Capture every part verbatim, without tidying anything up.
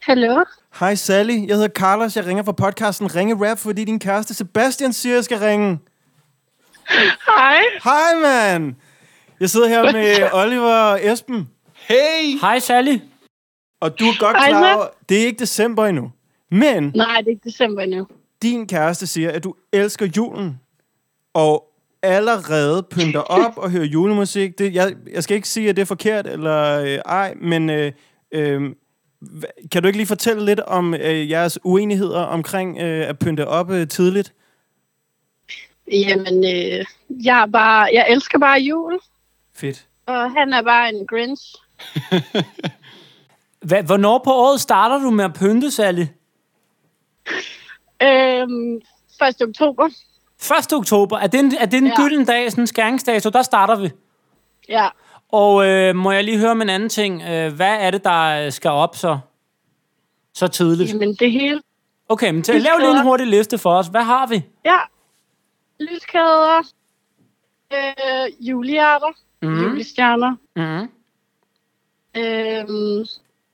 Hallo? Hej Sally, jeg hedder Carlos. Jeg ringer fra podcasten Ringe Rap, fordi din kæreste Sebastian siger, jeg skal ringe. Hej. Hej, mand. Jeg sidder her med Oliver og Esben. Hey! Hej Sally. Og du er godt Hej, klar Matt. over, det er ikke december endnu. Men Nej, det er ikke december endnu. din kæreste siger, at du elsker julen. Og allerede pynter op og hører julemusik. Det, jeg, jeg skal ikke sige, at det er forkert eller øh, ej, men øh, øh, hva- kan du ikke lige fortælle lidt om øh, jeres uenigheder omkring øh, at pynte op øh, tidligt? Jamen, øh, jeg, er bare, jeg elsker bare jul, Fedt. og han er bare en Grinch. Hva, hvornår på året starter du med at pynte, Sally? Øhm, første oktober. første oktober. Er det en, er det en Ja. gylden dag, sådan en skæringsdato? Der starter vi. Ja. Og øh, må jeg lige høre om en anden ting. Øh, hvad er det, der skal op så, så tidligt? Jamen, det hele. Okay, men til, lav lige en hurtig liste for os. Hvad har vi? Ja. Lyskæder. Øh, julehjerter. Mm. Julestjerner. Mm. Øhm,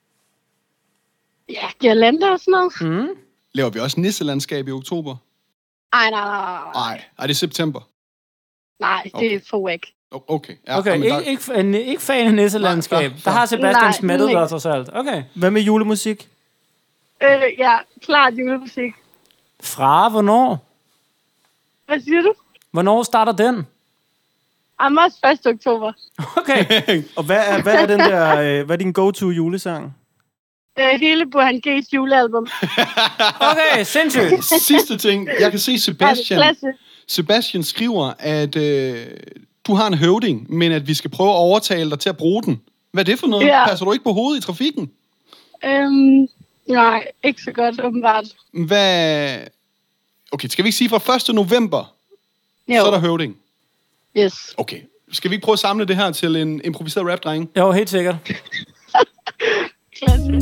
ja, girlander og sådan noget. Mm. Laver vi også nisselandskab i oktober? Ej, nej, nej, nej. Nej, er det september? Nej, det Okay. er for whack. O- Okay, ja, Okay, jamen, ikke, der- ikke, ikke, ikke fan af nisselandskab. Nej, Der har Sebastian Nej, smattet ikke. dig trods alt. Okay. Hvad med julemusik? Øh, ja, klart julemusik. Fra hvornår? Hvad siger du? Hvornår starter den? Jamen, også første oktober. Okay. Og hvad er, hvad er den der, øh, hvad er din go-to julesang? Øh, hele Burhan G's julealbum. Okay, sindssygt. Sidste ting, jeg kan se Ja, det er Sebastian. klasse. Sebastian skriver, at øh, du har en høvding, men at vi skal prøve at overtale dig til at bruge den. Hvad er det for noget? Ja. Passer du ikke på hovedet i trafikken? Øhm, nej, ikke så godt, åbenbart. Hvad... Okay, skal vi ikke sige fra første november, Jo, så er der høvding? yes. Okay, skal vi ikke prøve at samle det her til en improviseret rap, drenge? Jo, helt sikkert. Klasse.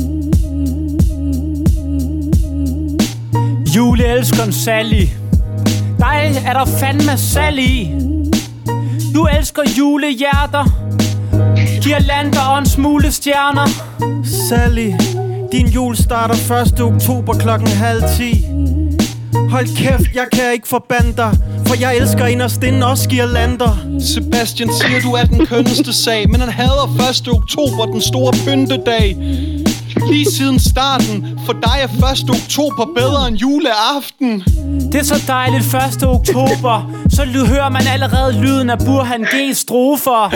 Juleelskeren Sally. Dig er der fandme salg i. Du elsker julehjerter, girlander og en smule stjerner. Sally, din jul starter første oktober klokken halv ti. Hold kæft, jeg kan ikke forbande dig, for jeg elsker inderst inde også girlander. Sebastian siger, du er den kønneste sag, men han hader første oktober, den store pyntedag. Lige siden starten, for dig er første oktober bedre end juleaften. Det er så dejligt første oktober. Så ly- hører man allerede lyden af Burhan G's strofer.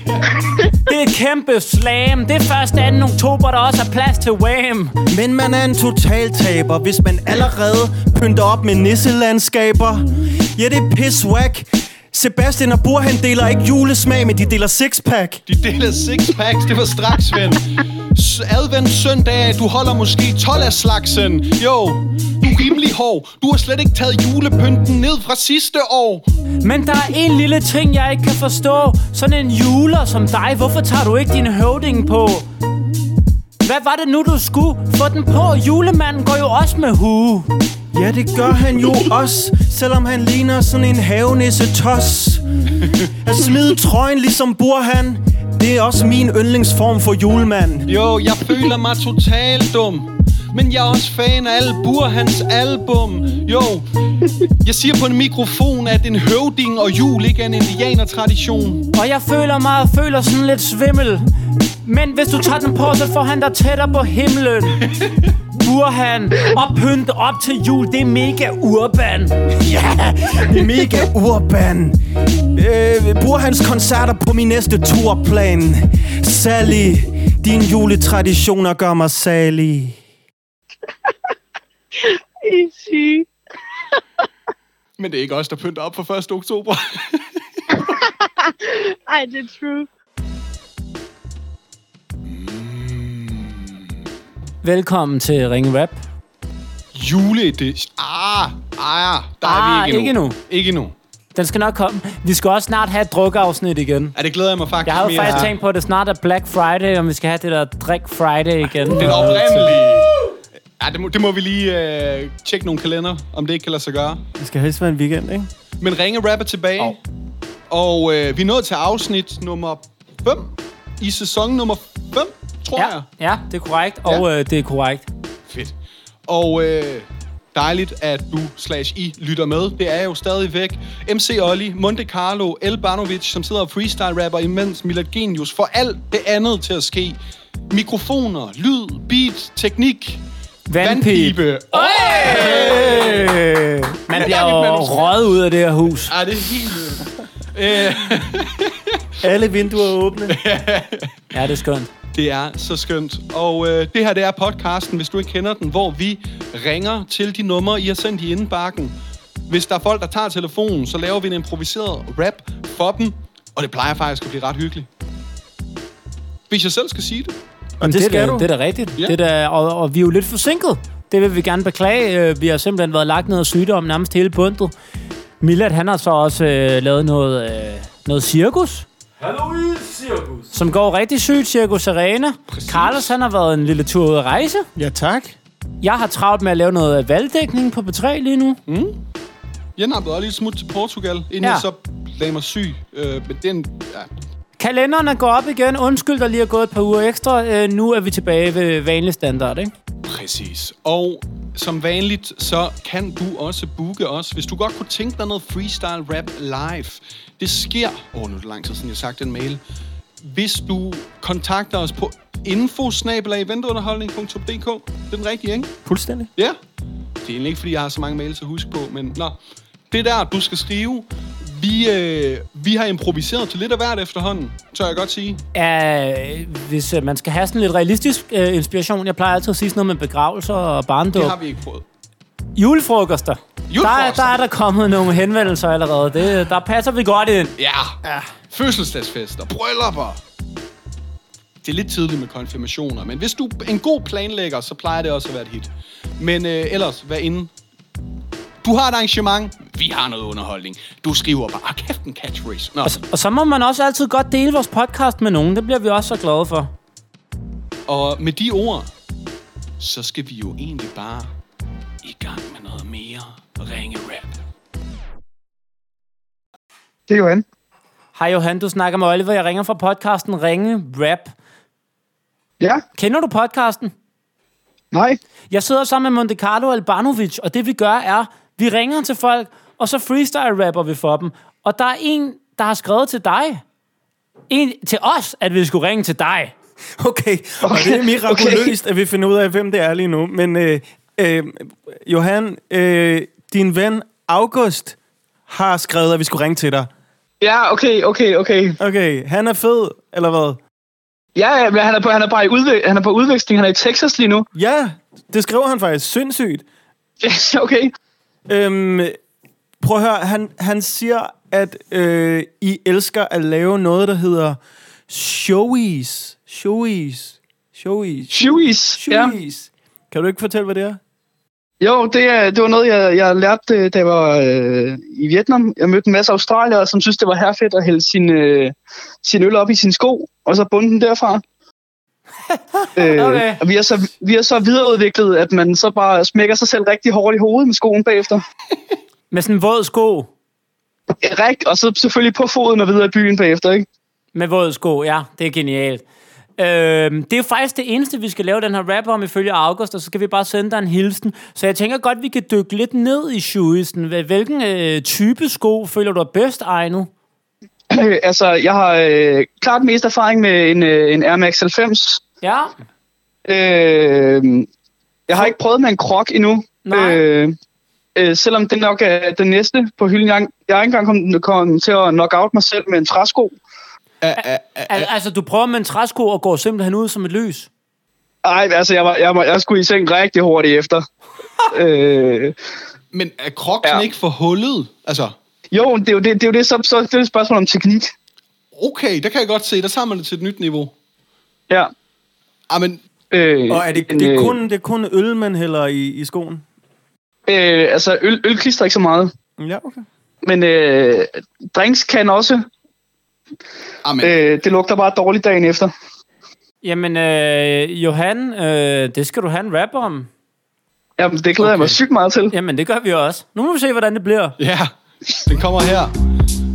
Det er et kæmpe slam. Det er først anden oktober, der også er plads til Wham. Men man er en total taber, hvis man allerede pynter op med nisselandskaber. Ja, det er pisswhack. Sebastian og Burhan deler ikke julesmag, men de deler sixpack. De deler sixpacks, det var straks, ven. S- Advent søndag, du holder måske tolv af slagsen. Jo, du er rimelig hård. Du har slet ikke taget julepynten ned fra sidste år. Men der er en lille ting, jeg ikke kan forstå. Sådan en juler som dig, hvorfor tager du ikke din høvding på? Hvad var det nu, du skulle få den på? Julemanden går jo også med hue. Ja, det gør han jo også, selvom han ligner sådan en havenisse-tos. At smide trøjen ligesom Burhan, det er også min yndlingsform for julemand. Jo, jeg føler mig totalt dum, men jeg er også fan af alle Burhans album. Jo, jeg siger på en mikrofon, at en høvding og jul ikke er en indianertradition. Og jeg føler mig og føler sådan lidt svimmel. Men hvis du tager den på, så får han dig tættere på himlen. Burhan og pynt op til jul, det er mega urban. Ja, det er mega urban. øh, Burhans koncerter på min næste turplan. Sally, dine juletraditioner gør mig salig. I er syge. Men det er ikke os, der pynter op for første oktober. Ej, det er true. Velkommen til Ringe Rap. Juleedition. Ah, ah, der Ah, er vi ikke ikke endnu. endnu. Ikke endnu. Den skal nok komme. Vi skal også snart have et drukafsnit igen. Ja, det glæder jeg mig faktisk Jeg har jo mere faktisk til. tænkt på, at det snart er Black Friday, og vi skal have det der Drik Friday igen. Den oprindelige. Ja, det må, det må vi lige øh, tjekke nogle kalender, om det ikke kan lade sig gøre. Det skal helst være en weekend, ikke? Men Ringe Rap er tilbage. Oh. Og øh, vi er nået til afsnit nummer fem i sæson nummer fem, tror Ja, jeg. ja, det er korrekt, og Ja. øh, det er korrekt. Fedt. Og øh, dejligt, at du slash I lytter med. Det er jo stadigvæk M C Olli, Monte Carlo, El Banovic, som sidder og freestyle-rapper, imens Milad Genius får alt det andet til at ske. Mikrofoner, lyd, beat, teknik, vandpibe. vandpibe. Hey! Man bliver jo røget ud af det her hus. Ja, det er helt... øh. Alle vinduer er åbne. Ja, det er skønt. Det er så skønt. Og øh, det her, det er podcasten, hvis du ikke kender den, hvor vi ringer til de numre, I har sendt i indbakken. Hvis der er folk, der tager telefonen, så laver vi en improviseret rap for dem. Og det plejer faktisk at blive ret hyggeligt. Hvis jeg selv skal sige det. Og det, det, skal da, det er da rigtigt. Ja. Det er da, og, og vi er jo lidt forsinket. Det vil vi gerne beklage. Vi har simpelthen været lagt ned af sygdom nærmest hele bundet. Milad, han har så også øh, lavet noget, øh, noget cirkus. Halloween cirkus. Som går rigtig sygt, Cirkus Arena. Præcis. Carlos, han har været en lille tur ud at rejse. Ja, tak. Jeg har travlt med at lave noget valgdækning på P tre lige nu. Mm. Jeg nappede også lige et smut til Portugal, inden ja. jeg så lagde mig syg. Øh, men den, ja. Kalenderne går op igen. Undskyld, der lige er gået et par uger ekstra. Øh, nu er vi tilbage ved vanlig standard, ikke? Præcis. Og som vanligt, så kan du også booke os, hvis du godt kunne tænke dig noget freestyle rap live. Det sker... Åh, oh, nu er det lang tid siden, jeg har sagt den mail. Hvis du kontakter os på info snabel-a eventunderholdning punktum d k. Det er den rigtige, ikke? Fuldstændig. Ja. Det er egentlig ikke, fordi jeg har så mange mails at huske på, men nå. Det der, du skal skrive... Vi, øh, vi har improviseret til lidt af hvert efterhånden, tør jeg godt sige. Ja, hvis øh, man skal have sådan lidt realistisk øh, inspiration. Jeg plejer altid at sige sådan noget med begravelser og barndåb. Det har vi ikke prøvet. Julefrokoster. Julefrokoster. Der, der er der kommet nogle henvendelser allerede. Det, der passer vi godt ind. Ja. ja. Fødselsdagsfester, bryllupper. Det er lidt tidligt med konfirmationer, men hvis du er en god planlægger, så plejer det også at være et hit. Men øh, ellers, vær inde. Du har et arrangement, vi har noget underholdning. Du skriver bare, ah, kæft en catchphrase. Og, og så må man også altid godt dele vores podcast med nogen. Det bliver vi også så glade for. Og med de ord, så skal vi jo egentlig bare i gang med noget mere ringe-rap. Det er Johan. Hej Johan, du snakker med Oliver. Jeg ringer fra podcasten Ringe Rap. Ja. Kender du podcasten? Nej. Jeg sidder sammen med Monte Carlo og El Banovic, og det vi gør er, vi ringer til folk, og så freestyle-rapper vi for dem. Og der er en, der har skrevet til dig. En til os, at vi skulle ringe til dig. Okay, og okay. Det er mirakuløst, okay. at vi finder ud af, hvem det er lige nu. Men øh, øh, Johan, øh, din ven August har skrevet, at vi skulle ringe til dig. Ja, okay, okay, okay. Okay, han er fed, eller hvad? Ja, men han er på, han er bare i udve- han er på udveksling. Han er i Texas lige nu. Ja, det skriver han faktisk. Sindssygt. Okay. Øhm, prøv at høre, han, han siger, at øh, I elsker at lave noget, der hedder showies. Showies. Showies. Showies, ja. Kan du ikke fortælle, hvad det er? Jo, det, er, det var noget, jeg, jeg lærte, da jeg var øh, i Vietnam. Jeg mødte en masse australiere, som synes det var herfedt at hælde sin, øh, sin øl op i sin sko, og så bunde den derfra. Okay. øh, og vi har, så, vi har så videreudviklet, at man så bare smækker sig selv rigtig hårdt i hovedet med skoen bagefter. Med sådan en våd sko? Ræk, og så selvfølgelig på foden og videre i byen bagefter, ikke? Med våd sko, ja. Det er genialt. Øhm, det er jo faktisk det eneste, vi skal lave den her rap om ifølge August, og så skal vi bare sende dig en hilsen. Så jeg tænker godt, vi kan dykke lidt ned i shoesen. Hvilken øh, type sko føler du er bedst egnet? Øh, altså, jeg har øh, klart mest erfaring med en, øh, en Air Max halvfems. Ja. Øh, jeg har ikke prøvet med en Croc endnu. Nej. Øh, øh, selvom det nok er den næste på hylden. Jeg, jeg har ikke engang kommet, kommet til at knock out mig selv med en træsko. Al- al- altså, du prøver med en træsko og går simpelthen ud som et lys? Ej, altså, jeg, var, jeg, var, jeg skulle i seng rigtig hurtigt efter. øh, Men er Crocsen ja. ikke for hullet? Altså... Jo, det er jo det, det, er jo det så, så det er et spørgsmål om teknik. Okay, der kan jeg godt se. Der tager man det til et nyt niveau. Ja. Amen. Øh, og er det, det, er kun, det er kun øl, man hælder i, i skoen? Øh, altså, øl, øl klister ikke så meget. Ja, okay. Men øh, drinks kan også. Amen. Øh, det lugter bare dårligt dagen efter. Jamen, øh, Johan, øh, det skal du have en rap om. Jamen, det glæder okay. jeg mig sygt meget til. Jamen, det gør vi også. Nu må vi se, hvordan det bliver. Ja, den kommer her.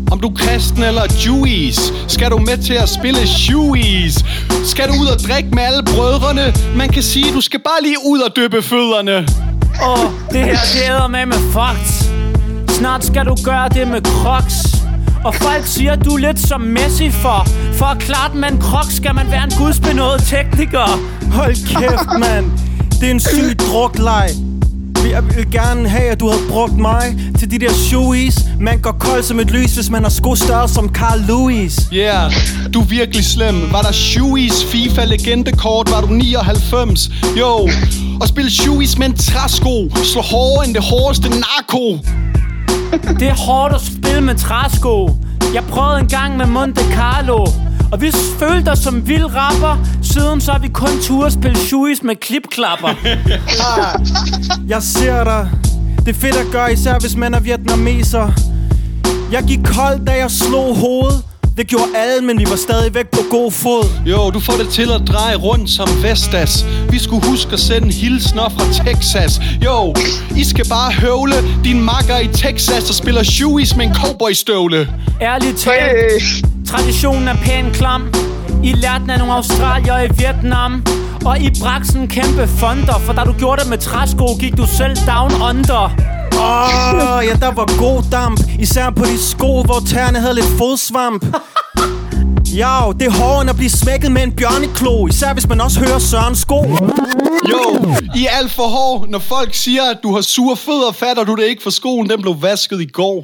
Om du er kristen eller Jewish, skal du med til at spille shoeies. Skal du ud og drikke med alle brødrene? Man kan sige, du skal bare lige ud og dyppe fødderne. Åh, oh, det her, det æder med med facts. Snart skal du gøre det med Crocs. Og folk siger, at du er lidt som Messi for For at klare den med en Crocs, skal man være en gudsbenået tekniker. Hold kæft, mand. Det er en syg drukleg. Jeg vil gerne have, at du havde brugt mig til de der shoeies. Man går kold som et lys, hvis man har sko større som Carl Lewis. Yeah, du er virkelig slem. Var der shoeies FIFA legendekort, var du nioghalvfems. Jo, og spille shoeies med en træsko slå hårdere end det hårdeste narko. Det er hårdt at spille med træsko. Jeg prøvede en gang med Monte Carlo, og vi følte os som vild rapper. Siden så har vi kun tur at spille shoeies med klipklapper. Ah, jeg ser dig. Det er fedt at gøre, især hvis man er vietnameser. Jeg gik kold, da jeg slog hovedet. Det gjorde alle, men vi var stadigvæk på god fod. Jo, du får det til at dreje rundt som Vestas. Vi skulle huske at sende hilsner fra Texas. Jo, I skal bare høvle din makker i Texas og spiller shoeies med en cowboystøvle. Ærligt talt, traditionen er pæn klam. I lærte den af nogle australier i Vietnam. Og I brak sådan en kæmpe fonder, for da du gjorde det med træsko, gik du selv down under. Åh, oh, ja, der var god damp. Især på de sko, hvor tæerne havde lidt fodsvamp. Jo, det er hårdere end at blive smækket med en bjørneklo. Især hvis man også hører Sørens sko. Jo, I er alt for hård. Når folk siger, at du har sure fødder, fatter du det ikke, for skoen den blev vasket i går.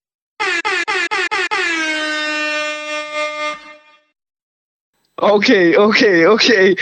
Okay, okay, okay.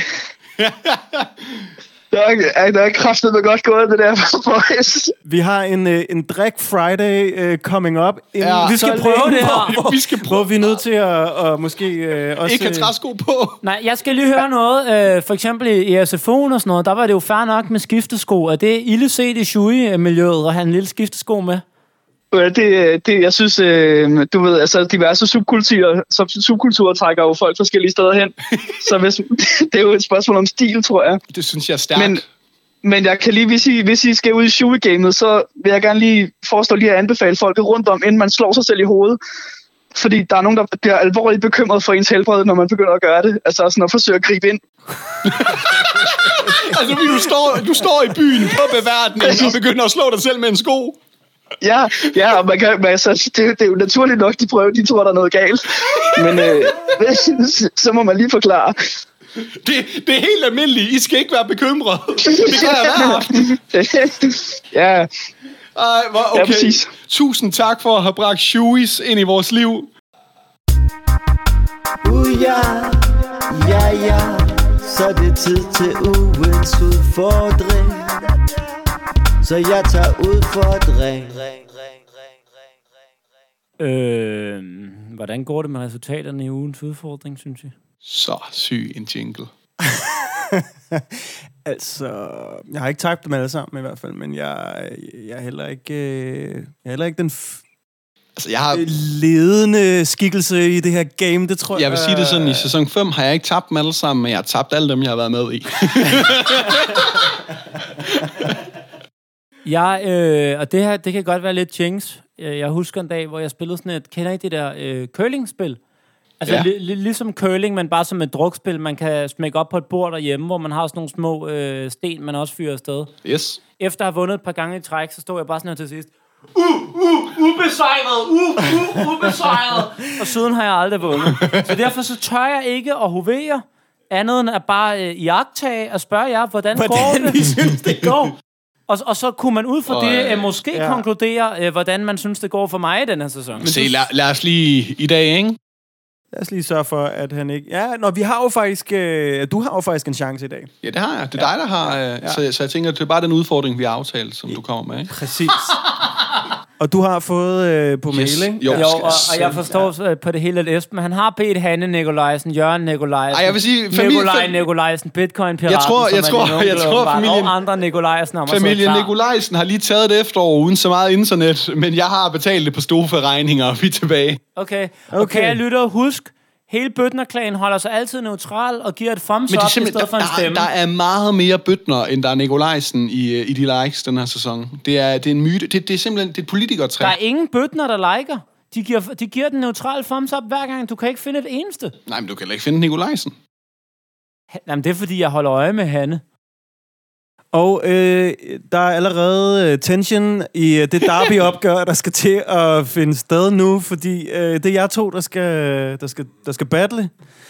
Der er, der er kraftedeme godt gået, det der, boys. Vi har en, uh, en Drik Friday uh, coming up. En, Ja. vi skal Så prøve længe, det her, hvor- hvor, vi skal prøve- hvor vi er nødt til at uh, måske uh, også... Ikke have træsko på. Nej, jeg skal lige høre noget. Øh, for eksempel i S F O'en og sådan noget, der var det jo fair nok med skiftesko. Er det ille set i shoei-miljøet at have en lille skiftesko med? Ja, det, det, jeg synes, øh, du ved, altså diverse subkulturer, sub, subkulturer trækker jo folk forskellige steder hen. Så hvis, det er jo et spørgsmål om stil, tror jeg. Det synes jeg er stærkt. Men, men jeg kan lige, hvis I, hvis I skal ud i shoei-gamet, så vil jeg gerne lige forestå lige at anbefale folket rundt om, inden man slår sig selv i hovedet. Fordi der er nogen, der bliver alvorligt bekymret for ens helbred, når man begynder at gøre det. Altså sådan at forsøge at gribe ind. Altså, du står, du står i byen på beværtningen og begynder at slå dig selv med en sko. Ja, ja, og man kan, man, altså, det, det er jo naturligt nok, de prøver, de tror, der er noget galt. Men øh, så må man lige forklare. Det, det er helt almindeligt. I skal ikke være bekymret. Det kan jeg være. Ja, Ej, hvor, Ja, okay. præcis. Tusind tak for at have bragt shoeies ind i vores liv. Uh, ja, ja, ja, så er det tid til ugens udfordring. Så jeg tager udfordring. Øh, hvordan går det med resultaterne i ugens udfordring, synes jeg? Så syg en jingle. Altså, jeg har ikke tabt dem alle sammen i hvert fald, men jeg, jeg er heller ikke, øh, jeg er heller ikke den f- Altså, jeg har... ledende skikkelse i det her game, det tror jeg. Jeg vil sige det sådan, i sæson fem har jeg ikke tabt dem alle sammen, men jeg har tabt alle dem, jeg har været med i. Jeg, øh, og det her, det kan godt være lidt jinx. Jeg husker en dag, hvor jeg spillede sådan et, kender I det der øh, curling-spil? Altså Ja. li- li- ligesom curling, men bare som et drukspil, man kan smække op på et bord derhjemme, hvor man har sådan nogle små øh, sten, man også fyrer afsted. Yes. Efter at have vundet et par gange i træk, så stod jeg bare sådan her til sidst. Uh, uh, ubesejret, uh, uh, ubesejret. Og siden har jeg aldrig vundet. Så derfor så tør jeg ikke at hovere, andet end at bare øh, iagttage og spørge jer, hvordan, Hvordan går I det? synes, det går. Og, og så kunne man ud fra Og, det øh, øh, måske ja. ja. konkludere, øh, hvordan man synes, det går for mig i den her sæson. Se, lad, lad os lige i dag, ikke? Lad os lige sørge for, at han ikke... Ja, nå, vi har jo faktisk... Øh, du har jo faktisk en chance i dag. Ja, det har jeg. Det er dig, der har... Øh, Ja. så, så jeg tænker, det er bare den udfordring, vi har aftalt, som du kommer med, ikke? Præcis. Og du har fået øh, på mail, ikke? Jo, Jo, og, og jeg forstår ja. på det hele, at Esben, han har bedt Hanne Nikolajsen, Jørgen Nikolajsen, Ej, jeg vil sige, familie- Nikolaj fam- Nikolajsen, Bitcoin-piraten, Jeg tror- som jeg er tror- din onkel, jeg tror, åbenbart, familien- og andre Nikolajsen om Familien Nikolajsen har lige taget det efterår uden så meget internet, men jeg har betalt det på Stofa-regninger, og vi er tilbage. Okay, og Okay. kan jeg lytte og husk, hele Bøtner-klanen holder sig altid neutral og giver et thumbs Men det er up i simpelthen, stedet for en der, stemme. der er meget mere Bøtner, end der er Nikolajsen i, i de likes den her sæson. Det er, det er en myte. Det, det er simpelthen det er et Der politikertræk. er ingen Bøtner, der liker. De giver, de giver den neutrale thumbs up hver gang. Du kan ikke finde et eneste. Nej, men du kan heller ikke finde Nikolajsen. Jamen, det er, fordi jeg holder øje med Hanne. Og øh, der er allerede øh, tension i øh, det derby-opgør, der skal til at finde sted nu, fordi øh, det er jer to, der skal, der skal, der skal battle.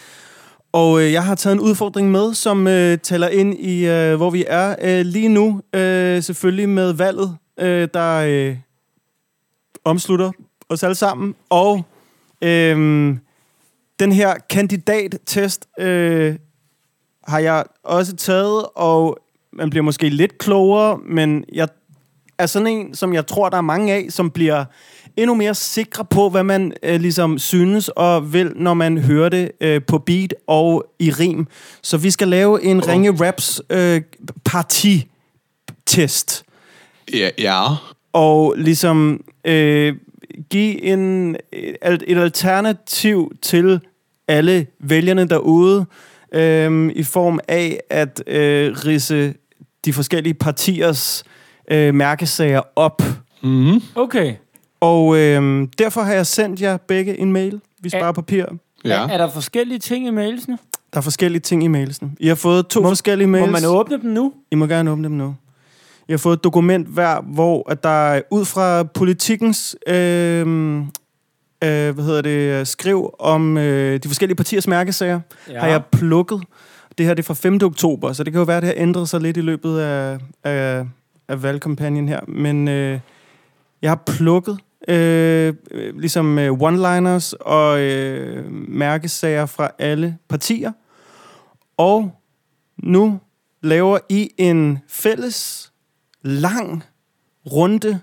Og øh, jeg har taget en udfordring med, som øh, tæller ind i, øh, hvor vi er øh, lige nu. Øh, selvfølgelig med valget, øh, der øh, omslutter os alle sammen. Og øh, den her kandidattest øh, har jeg også taget, og man bliver måske lidt klogere, men jeg er sådan en, som jeg tror, der er mange af, som bliver endnu mere sikre på, hvad man øh, ligesom synes og vil, når man hører det øh, på beat og i rim. Så vi skal lave en oh. Ringe Raps øh, partitest. Ja, ja. Og ligesom øh, give en, et, et alternativ til alle vælgerne derude, øh, i form af at øh, ridse de forskellige partiers øh, mærkesager op. Mm-hmm. Okay. Og øh, derfor har jeg sendt jer begge en mail. Vi sparer Er- papir. Ja. Er, er der forskellige ting i mailsene? Der er forskellige ting i mailsene. I har fået to må, forskellige mails. Må man åbne dem nu? I må gerne åbne dem nu. I har fået et dokument hver, hvor at der er ud fra Politikens øh, øh, hvad hedder det, skriv om øh, de forskellige partiers mærkesager, Ja. har jeg plukket. Det her det er fra femte oktober, så det kan jo være, at det har ændret sig lidt i løbet af, af, af valgkampagnen her. Men øh, jeg har plukket øh, ligesom øh, one-liners og øh, mærkesager fra alle partier. Og nu laver I en fælles lang runde.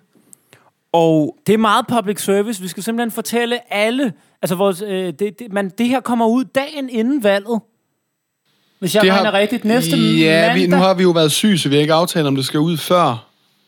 Og Det er meget public service. Vi skal simpelthen fortælle alle... Altså, vores, øh, det, det, man, det her kommer ud dagen inden valget. Hvis jeg Det regner har- rigtigt. Næste Ja, mandag. vi, nu har vi jo været syge, så vi har ikke aftalt, om det skal ud før.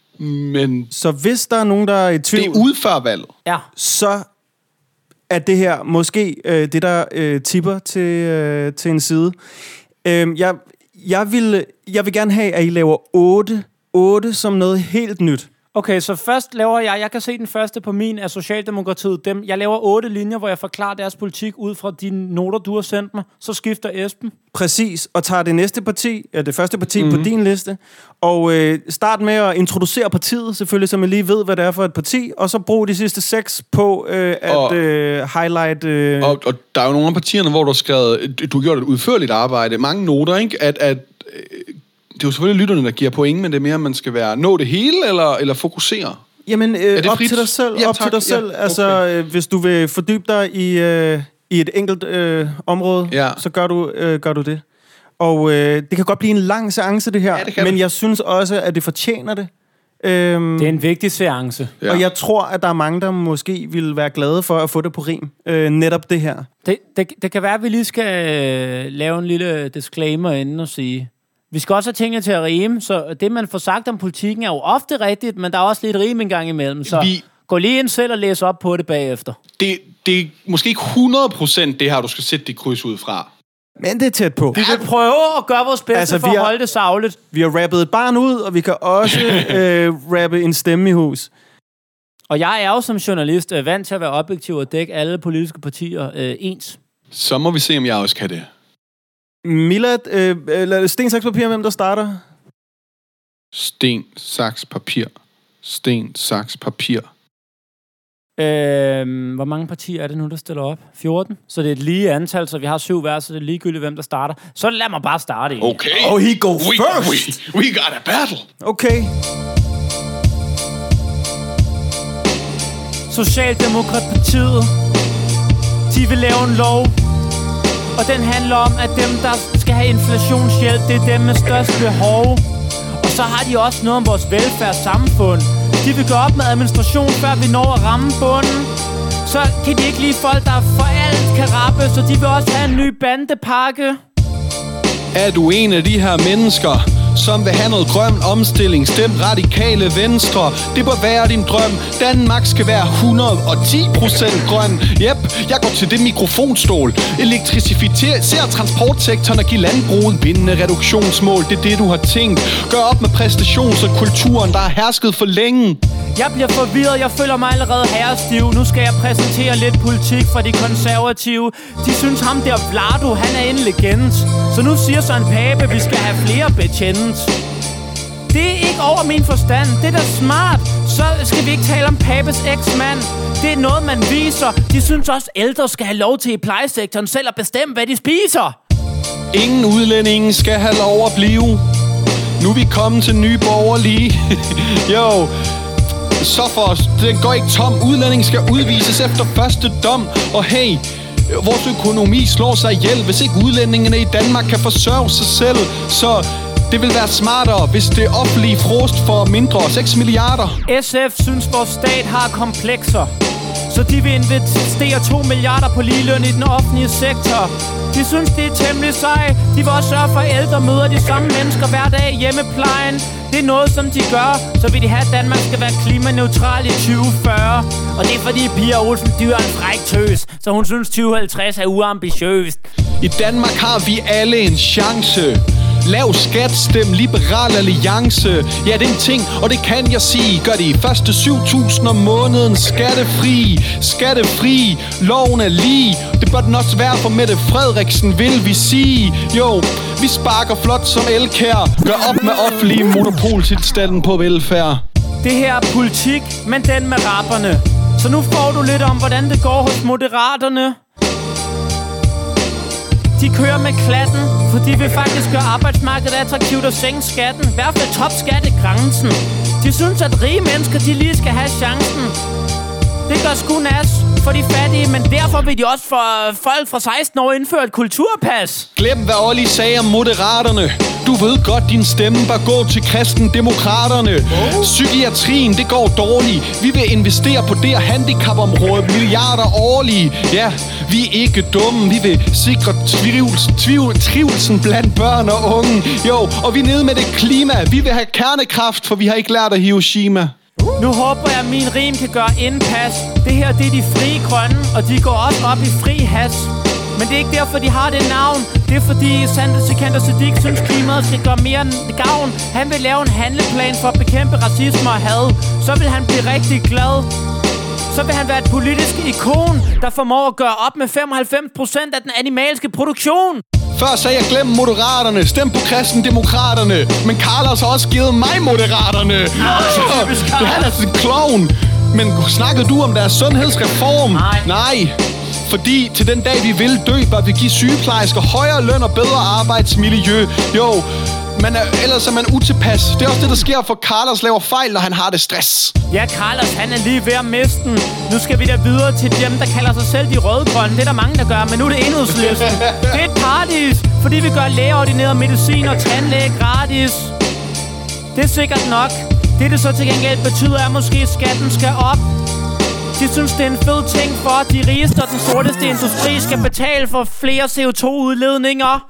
Men så hvis der er nogen, der er i tvivl, det er ud før valget. Ja. så er det her måske øh, det, der øh, tipper til, øh, til en side. Øh, jeg, jeg, vil, jeg vil gerne have, at I laver otte, otte som noget helt nyt. Okay, så først laver jeg... Jeg kan se den første på min af Socialdemokratiet. Dem, jeg laver otte linjer, hvor jeg forklarer deres politik ud fra de noter, du har sendt mig. Så skifter Esben. Præcis, og tager det næste parti, ja, det første parti mm-hmm. på din liste, og øh, start med at introducere partiet, selvfølgelig, så man lige ved, hvad det er for et parti, og så brug de sidste seks på øh, at Og- øh, highlight... Øh, Og, og der er jo nogle af partierne, hvor du har skrevet, du har gjort et udførligt arbejde, mange noter, ikke? At, at øh, det er jo selvfølgelig lytterne, der giver point, men det er mere, at man skal være nå det hele, eller, eller fokusere. Jamen, øh, det op frit? til dig selv, Ja, op tak. til dig selv. Ja, okay. Altså, øh, hvis du vil fordybe dig i, øh, i et enkelt øh, område, Ja. så gør du, øh, gør du det. Og øh, det kan godt blive en lang seance, det her, Ja, det kan men det. jeg synes også, at det fortjener det. Øhm, Det er en vigtig seance. Ja. Og jeg tror, at der er mange, der måske ville være glade for at få det på rim. Øh, netop det her. Det, det, det kan være, at vi lige skal øh, lave en lille disclaimer inden og sige... Vi skal også have tingene til at rime, så det, man får sagt om politikken, er jo ofte rigtigt, men der er også lidt rim en gang imellem. Så Vi- gå lige ind selv og læs op på det bagefter. Det, det er måske ikke hundrede procent det her, du skal sætte dit kryds ud fra. Men det er tæt på. Vi vil prøve at gøre vores bedste Altså, altså, for vi at har- holde det sagligt. Vi har rappet et barn ud, og vi kan også øh, rappe en stemme i hus. Og jeg er jo som journalist øh, vant til at være objektiv og dække alle politiske partier øh, ens. Så må vi se, om jeg også kan det. Milad, øh, øh, sten, saks, papir, hvem der starter? Sten, saks, papir. Sten, saks, papir. Øh, hvor mange partier er det nu, der stiller op? fjorten? Så det er et lige antal, så vi har syv hver, så det er ligegyldigt, hvem der starter. Så lad mig bare starte egentlig. Okay. Oh, he go we, first. We, we got a battle. Okay. Socialdemokratiet, de vil lave en lov, og den handler om, at dem, der skal have inflationshjælp, det er dem med størst behov. Og så har de også noget om vores velfærdssamfund. De vil gå op med administration, før vi når at ramme bunden. Så kan de ikke lide folk, der for alt kan rappe, så de vil også have en ny bandepakke. Er du en af de her mennesker, som vil have noget grøn omstilling? Stem radikale venstre. Det bør være din drøm. Danmark skal være hundrede og ti procent grøn. Jep, jeg går til det mikrofonstål. Elektrificere transportsektoren og give landbruget bindende reduktionsmål. Det er det, du har tænkt. Gør op med præstations- og kulturen, der har hersket for længe. Jeg bliver forvirret, jeg føler mig allerede herrestiv. Nu skal jeg præsentere lidt politik fra de konservative. De synes ham der Vlado, han er en legend. Så nu siger Søren Pape, vi skal have flere betjent. Det er ikke over min forstand, det er da smart. Så skal vi ikke tale om Papes eksmand. Det er noget man viser. De synes også ældre skal have lov til i plejesektoren selv at bestemme hvad de spiser. Ingen udlændinge skal have lov at blive. Nu er vi kommet til Nye Borgerlige. Jo, så for os, den går ikke tom. Udlændinge skal udvises efter første dom. Og hey, vores økonomi slår sig ihjel, hvis ikke udlændingene i Danmark kan forsørge sig selv. Så det vil være smartere, hvis det offentlige frost for mindre seks milliarder. S F synes, vores stat har komplekser. Så de vil investere to milliarder på ligeløn i den offentlige sektor. De synes, det er temmelig sej. De vil også sørge for, at ældre møder de samme mennesker hver dag i hjemmeplejen. Det er noget, som de gør. Så vil de have, at Danmark skal være klimaneutral i tyve fyrre. Og det er fordi Pia Olsen Dyr er en fræk tøs. Så hun synes tyve halvtreds er uambitiøst. I Danmark har vi alle en chance. Lav skat, stem Liberal Alliance. Ja, det er en ting, og det kan jeg sige. Gør de første syv tusind om måneden skattefri. Skattefri, loven er lige. Det bør den også være for Mette Frederiksen, vil vi sige. Jo, vi sparker flot som elkær. Gør op med offentlige monopoltilstanden på velfærd. Det her er politik, men den med rapperne. Så nu får du lidt om, hvordan det går hos Moderaterne. De kører med klatten, for de vil faktisk gøre arbejdsmarkedet attraktivt og sænke skatten. I hvert fald topskattegrænsen. De synes, at rige mennesker, de lige skal have chancen. Det gør sgu nas for de fattige, men derfor vil de også for folk fra seksten år indføre et kulturpas. Glem, hvad Olli sagde om Moderaterne. Du ved godt, din stemme bør gå til kristendemokraterne. Oh. Psykiatrien, det går dårligt. Vi vil investere på det handicapområde milliarder årlige. Ja, vi er ikke dumme. Vi vil sikre tvivls, tvivl, trivelsen blandt børn og unge. Jo, og vi er nede med det klima. Vi vil have kernekraft, for vi har ikke lært af Hiroshima. Nu håber jeg, at min rim kan gøre indpas. Det her, det er de frie grønne, og de går også op i fri has. Men det er ikke derfor, de har det navn. Det er fordi Sandra Sikander Siddiq synes, klimaet skal gøre mere end gavn. Han vil lave en handleplan for at bekæmpe racisme og had. Så vil han blive rigtig glad. Så vil han være et politisk ikon, der formår at gøre op med femoghalvfems procent af den animalske produktion. Før sagde jeg, glem Moderaterne, stem på kristendemokraterne. Men Carlos har også givet mig Moderaterne. Nej, så du er altså en klovn. Men snakkede du om deres sundhedsreform? Nej. Nej. Fordi til den dag vi vil dø, bør vi give sygeplejersker højere løn og bedre arbejdsmiljø. Jo, men ellers er man utilpas. Det er også det, der sker, for Carlos laver fejl, når han har det stress. Ja, Carlos, han er lige ved at miste den. Nu skal vi da videre til dem, der kalder sig selv de rødgrønne. Det er der mange, der gør, men nu er det Enhedslisten. Det er et paradis, fordi vi gør lægeordineret medicin og tandlæge gratis. Det er sikkert nok. Det, det så til gengæld betyder, er måske, at skatten skal op. De synes, det er en fed ting for, at de rigeste og den sorteste industri skal betale for flere C O to udledninger.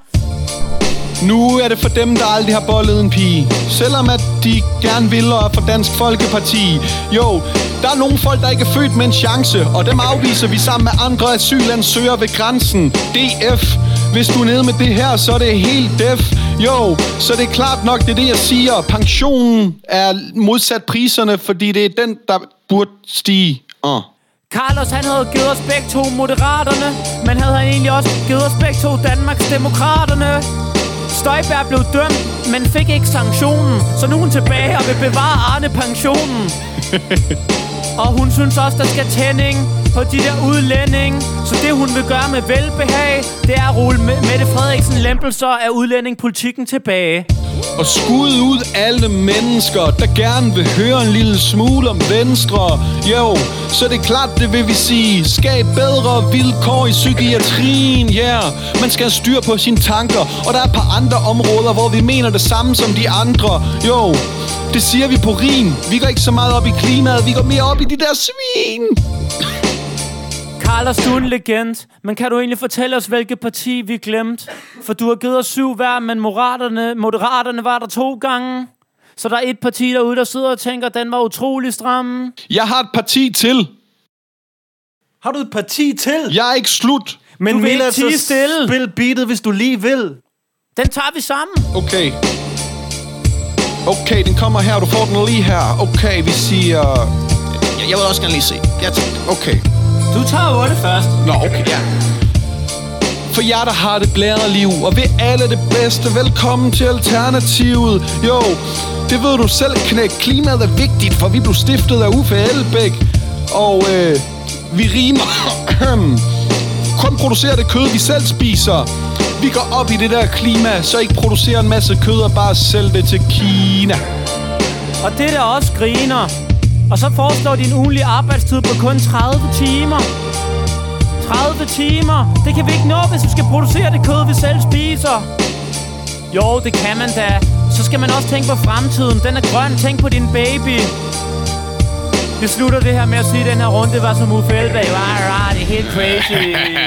Nu er det for dem, der aldrig har bollet en pige. Selvom at de gerne vil og er for Dansk Folkeparti. Jo, der er nogle folk, der ikke er født med en chance, og dem afviser vi sammen med andre asylansøgere ved grænsen. D F. Hvis du er nede med det her, så er det helt def. Jo, så det er klart nok, det er det, jeg siger. Pensionen er modsat priserne, fordi det er den, der burde stige. Uh. Carlos, han havde givet os begge to Moderaterne, men havde han egentlig også givet os begge to Danmarks Demokraterne. Støjberg blev dømt, men fik ikke sanktionen, så nu er hun tilbage og vil bevare Arne-pensionen. Og hun synes også, der skal tænding på de der udlændinge. Så det hun vil gøre med velbehag, det er at rulle Mette Frederiksen lempelser af udlændingepolitikken tilbage. Og skud ud alle mennesker, der gerne vil høre en lille smule om Venstre. Jo, så det er klart, det vil vi sige. Skab bedre vilkår i psykiatrien, ja. Yeah. Man skal have styr på sine tanker. Og der er et par andre områder, hvor vi mener det samme som de andre. Jo, det siger vi på rim. Vi går ikke så meget op i klimaet, vi går mere op i de der svin. Carlos, du er en legend, men kan du egentlig fortælle os, hvilket parti vi glemte? For du har givet os syv hver, men Moderaterne, Moderaterne var der to gange. Så der er et parti derude, der sidder og tænker, at den var utrolig stram. Jeg har et parti til. Har du et parti til? Jeg er ikke slut. Men du vil ikke altså tie stille. Spil beatet, hvis du lige vil. Den tager vi sammen. Okay. Okay, den kommer her, du får den lige her. Okay, vi siger... Jeg, jeg vil også gerne lige se. Jeg t- okay. Du tager otte først. Nå, okay, ja. For jer, der har det blæret liv, og ved alle det bedste, velkommen til Alternativet. Jo, det ved du selv, knæk. Klimaet er vigtigt, for vi blev stiftet af Uffe Elbæk. Og øh, vi rimer. Kun producerer det kød, vi selv spiser. Vi går op i det der klima, så ikke producerer en masse kød og bare sælge det til Kina. Og det der også griner. Og så foreslår de en ugenlig arbejdstid på kun tredive timer. tredive timer. Det kan vi ikke nå, hvis vi skal producere det kød, vi selv spiser. Jo, det kan man da. Så skal man også tænke på fremtiden. Den er grøn. Tænk på din baby. Vi slutter det her med at sige, at den her runde var som Uffe Elbæk. Det er helt crazy.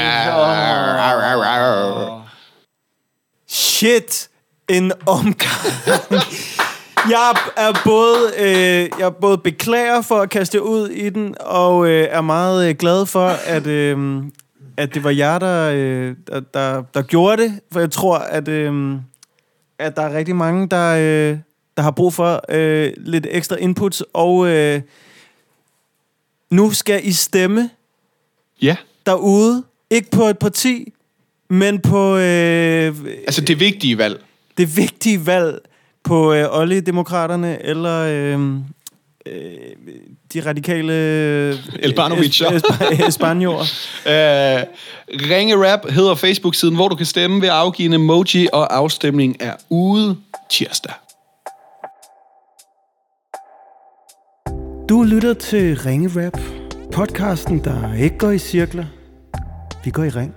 Shit. En omgang. Jeg er både øh, jeg er både beklager for at kaste ud i den, og øh, er meget øh, glad for, at, øh, at det var jer, der, øh, der, der, der gjorde det. For jeg tror, at, øh, at der er rigtig mange, der, øh, der har brug for øh, lidt ekstra inputs. Og øh, nu skal I stemme Ja. derude. Ikke på et parti, men på øh, Altså det vigtige valg. det vigtige valg. På øh, Olli-demokraterne, eller øh, øh, de radikale... Øh, Elbanovicer. es- es- Espanjoer. Uh, Ringe Rap hedder Facebook-siden, hvor du kan stemme ved at afgive en emoji, og afstemning er ude tirsdag. Du lytter til Ringe Rap, podcasten, der ikke går i cirkler. Vi går i ring.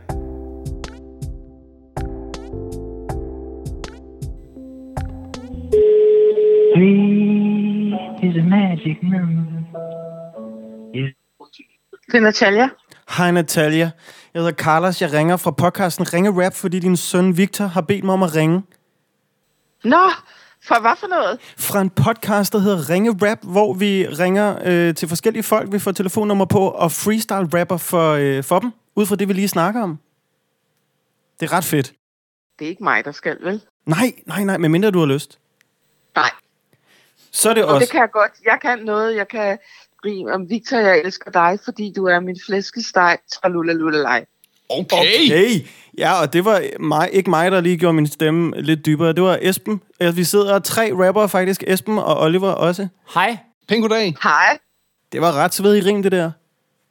Three is a magic number. Yes. Det er Natalia. Hej Natalia. Jeg hedder Carlos. Jeg ringer fra podcasten Ringe Rap, fordi din søn Victor har bedt mig om at ringe. Nå, for hvad for noget? Fra en podcast, der hedder Ringe Rap, hvor vi ringer øh, til forskellige folk, vi får telefonnummer på, og freestyle rapper for, øh, for dem, ud fra det, vi lige snakker om. Det er ret fedt. Det er ikke mig, der skal, vel? Nej, nej, nej, medmindre du har lyst. Nej. Så er det Og også... det kan jeg godt. Jeg kan noget. Jeg kan rime om Victor, jeg elsker dig, fordi du er min flæskesteg. Tralulalulalej. Okay. Hey, ja, og det var mig, ikke mig, der lige gjorde min stemme lidt dybere. Det var Esben. Vi sidder tre rappere faktisk. Esben og Oliver også. Hej. Pæn goddag. Hej. Det var ret sved i ring, det der.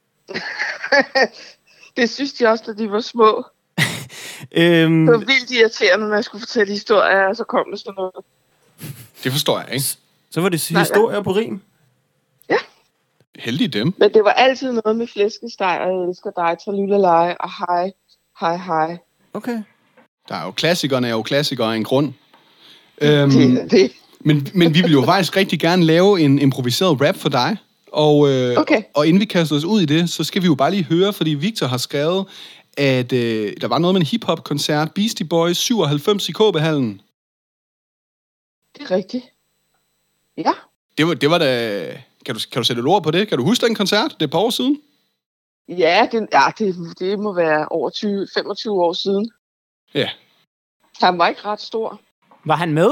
Det synes de også, da de var små. øhm, Det var vildt irriterende, når jeg skulle fortælle historier, og så kom der sådan noget. Det forstår jeg, ikke? så var det Nej, historier på rim. Heldig dem. Men det var altid noget med flæskesteg, og jeg elsker dig, Tralulalalej, og hej, hej, hej. Okay. Der er jo klassikerne, er jo klassikere af en grund. Øhm, Det, det. men, men vi vil jo faktisk rigtig gerne lave en improviseret rap for dig. Og, øh, Okay. og inden vi kaster os ud i det, så skal vi jo bare lige høre, fordi Victor har skrevet, at øh, der var noget med en hip-hop-koncert, Beastie Boys syvoghalvfems i K B-hallen. Det er rigtigt. Ja. Det var, det var da... Kan du, kan du sætte et ord på det? Kan du huske den koncert? Det er et par år siden. Ja, det, ja det, det må være over tyve, femogtyve år siden. Ja. Han var ikke ret stor. Var han med?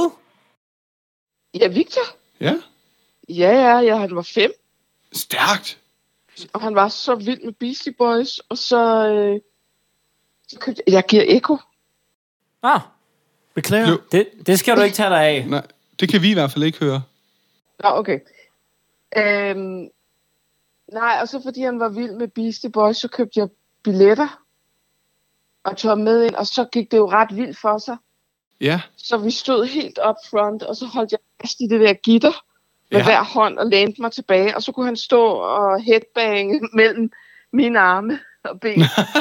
Ja, Victor? Ja. Ja, ja, ja, han var fem. Stærkt. Og han var så vild med Beastie Boys, og så, øh, så købte jeg... Jeg giver Eko. Ah, Beklager. Jo. det, det skal du ikke tage dig af. Nej, det kan vi i hvert fald ikke høre. Nå, okay. Øhm, nej, og så fordi han var vild med Beastie Boys, så købte jeg billetter og tog med ind, og så gik det jo ret vildt for sig. Ja. Så vi stod helt up front, og så holdt jeg fast i det der gitter med Ja. hver hånd og lænede mig tilbage, og så kunne han stå og headbange mellem mine arme og ben.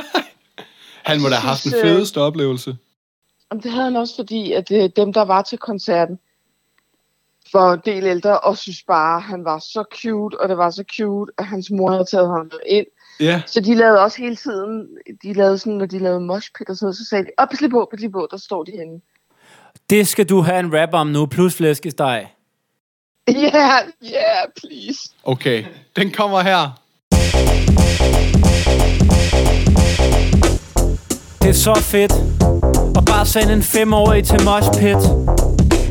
Han må da have haft den synes, øh, fedeste oplevelse. Og det havde han også, fordi at øh, dem, der var til koncerten, var en del ældre, og synes bare, at han var så cute, og det var så cute, at hans mor havde taget ham ind. Ja. Så de lavede også hele tiden, de lavede sådan, når de lavede moshpit og sådan noget, så sagde de, op, pas lige på, pas lige på, der står de henne. Det skal du have en rap om nu, plus flæskesteg. Ja, yeah, ja, yeah, please. Okay, den kommer her. Det er så fedt at bare sende en femårig til moshpit.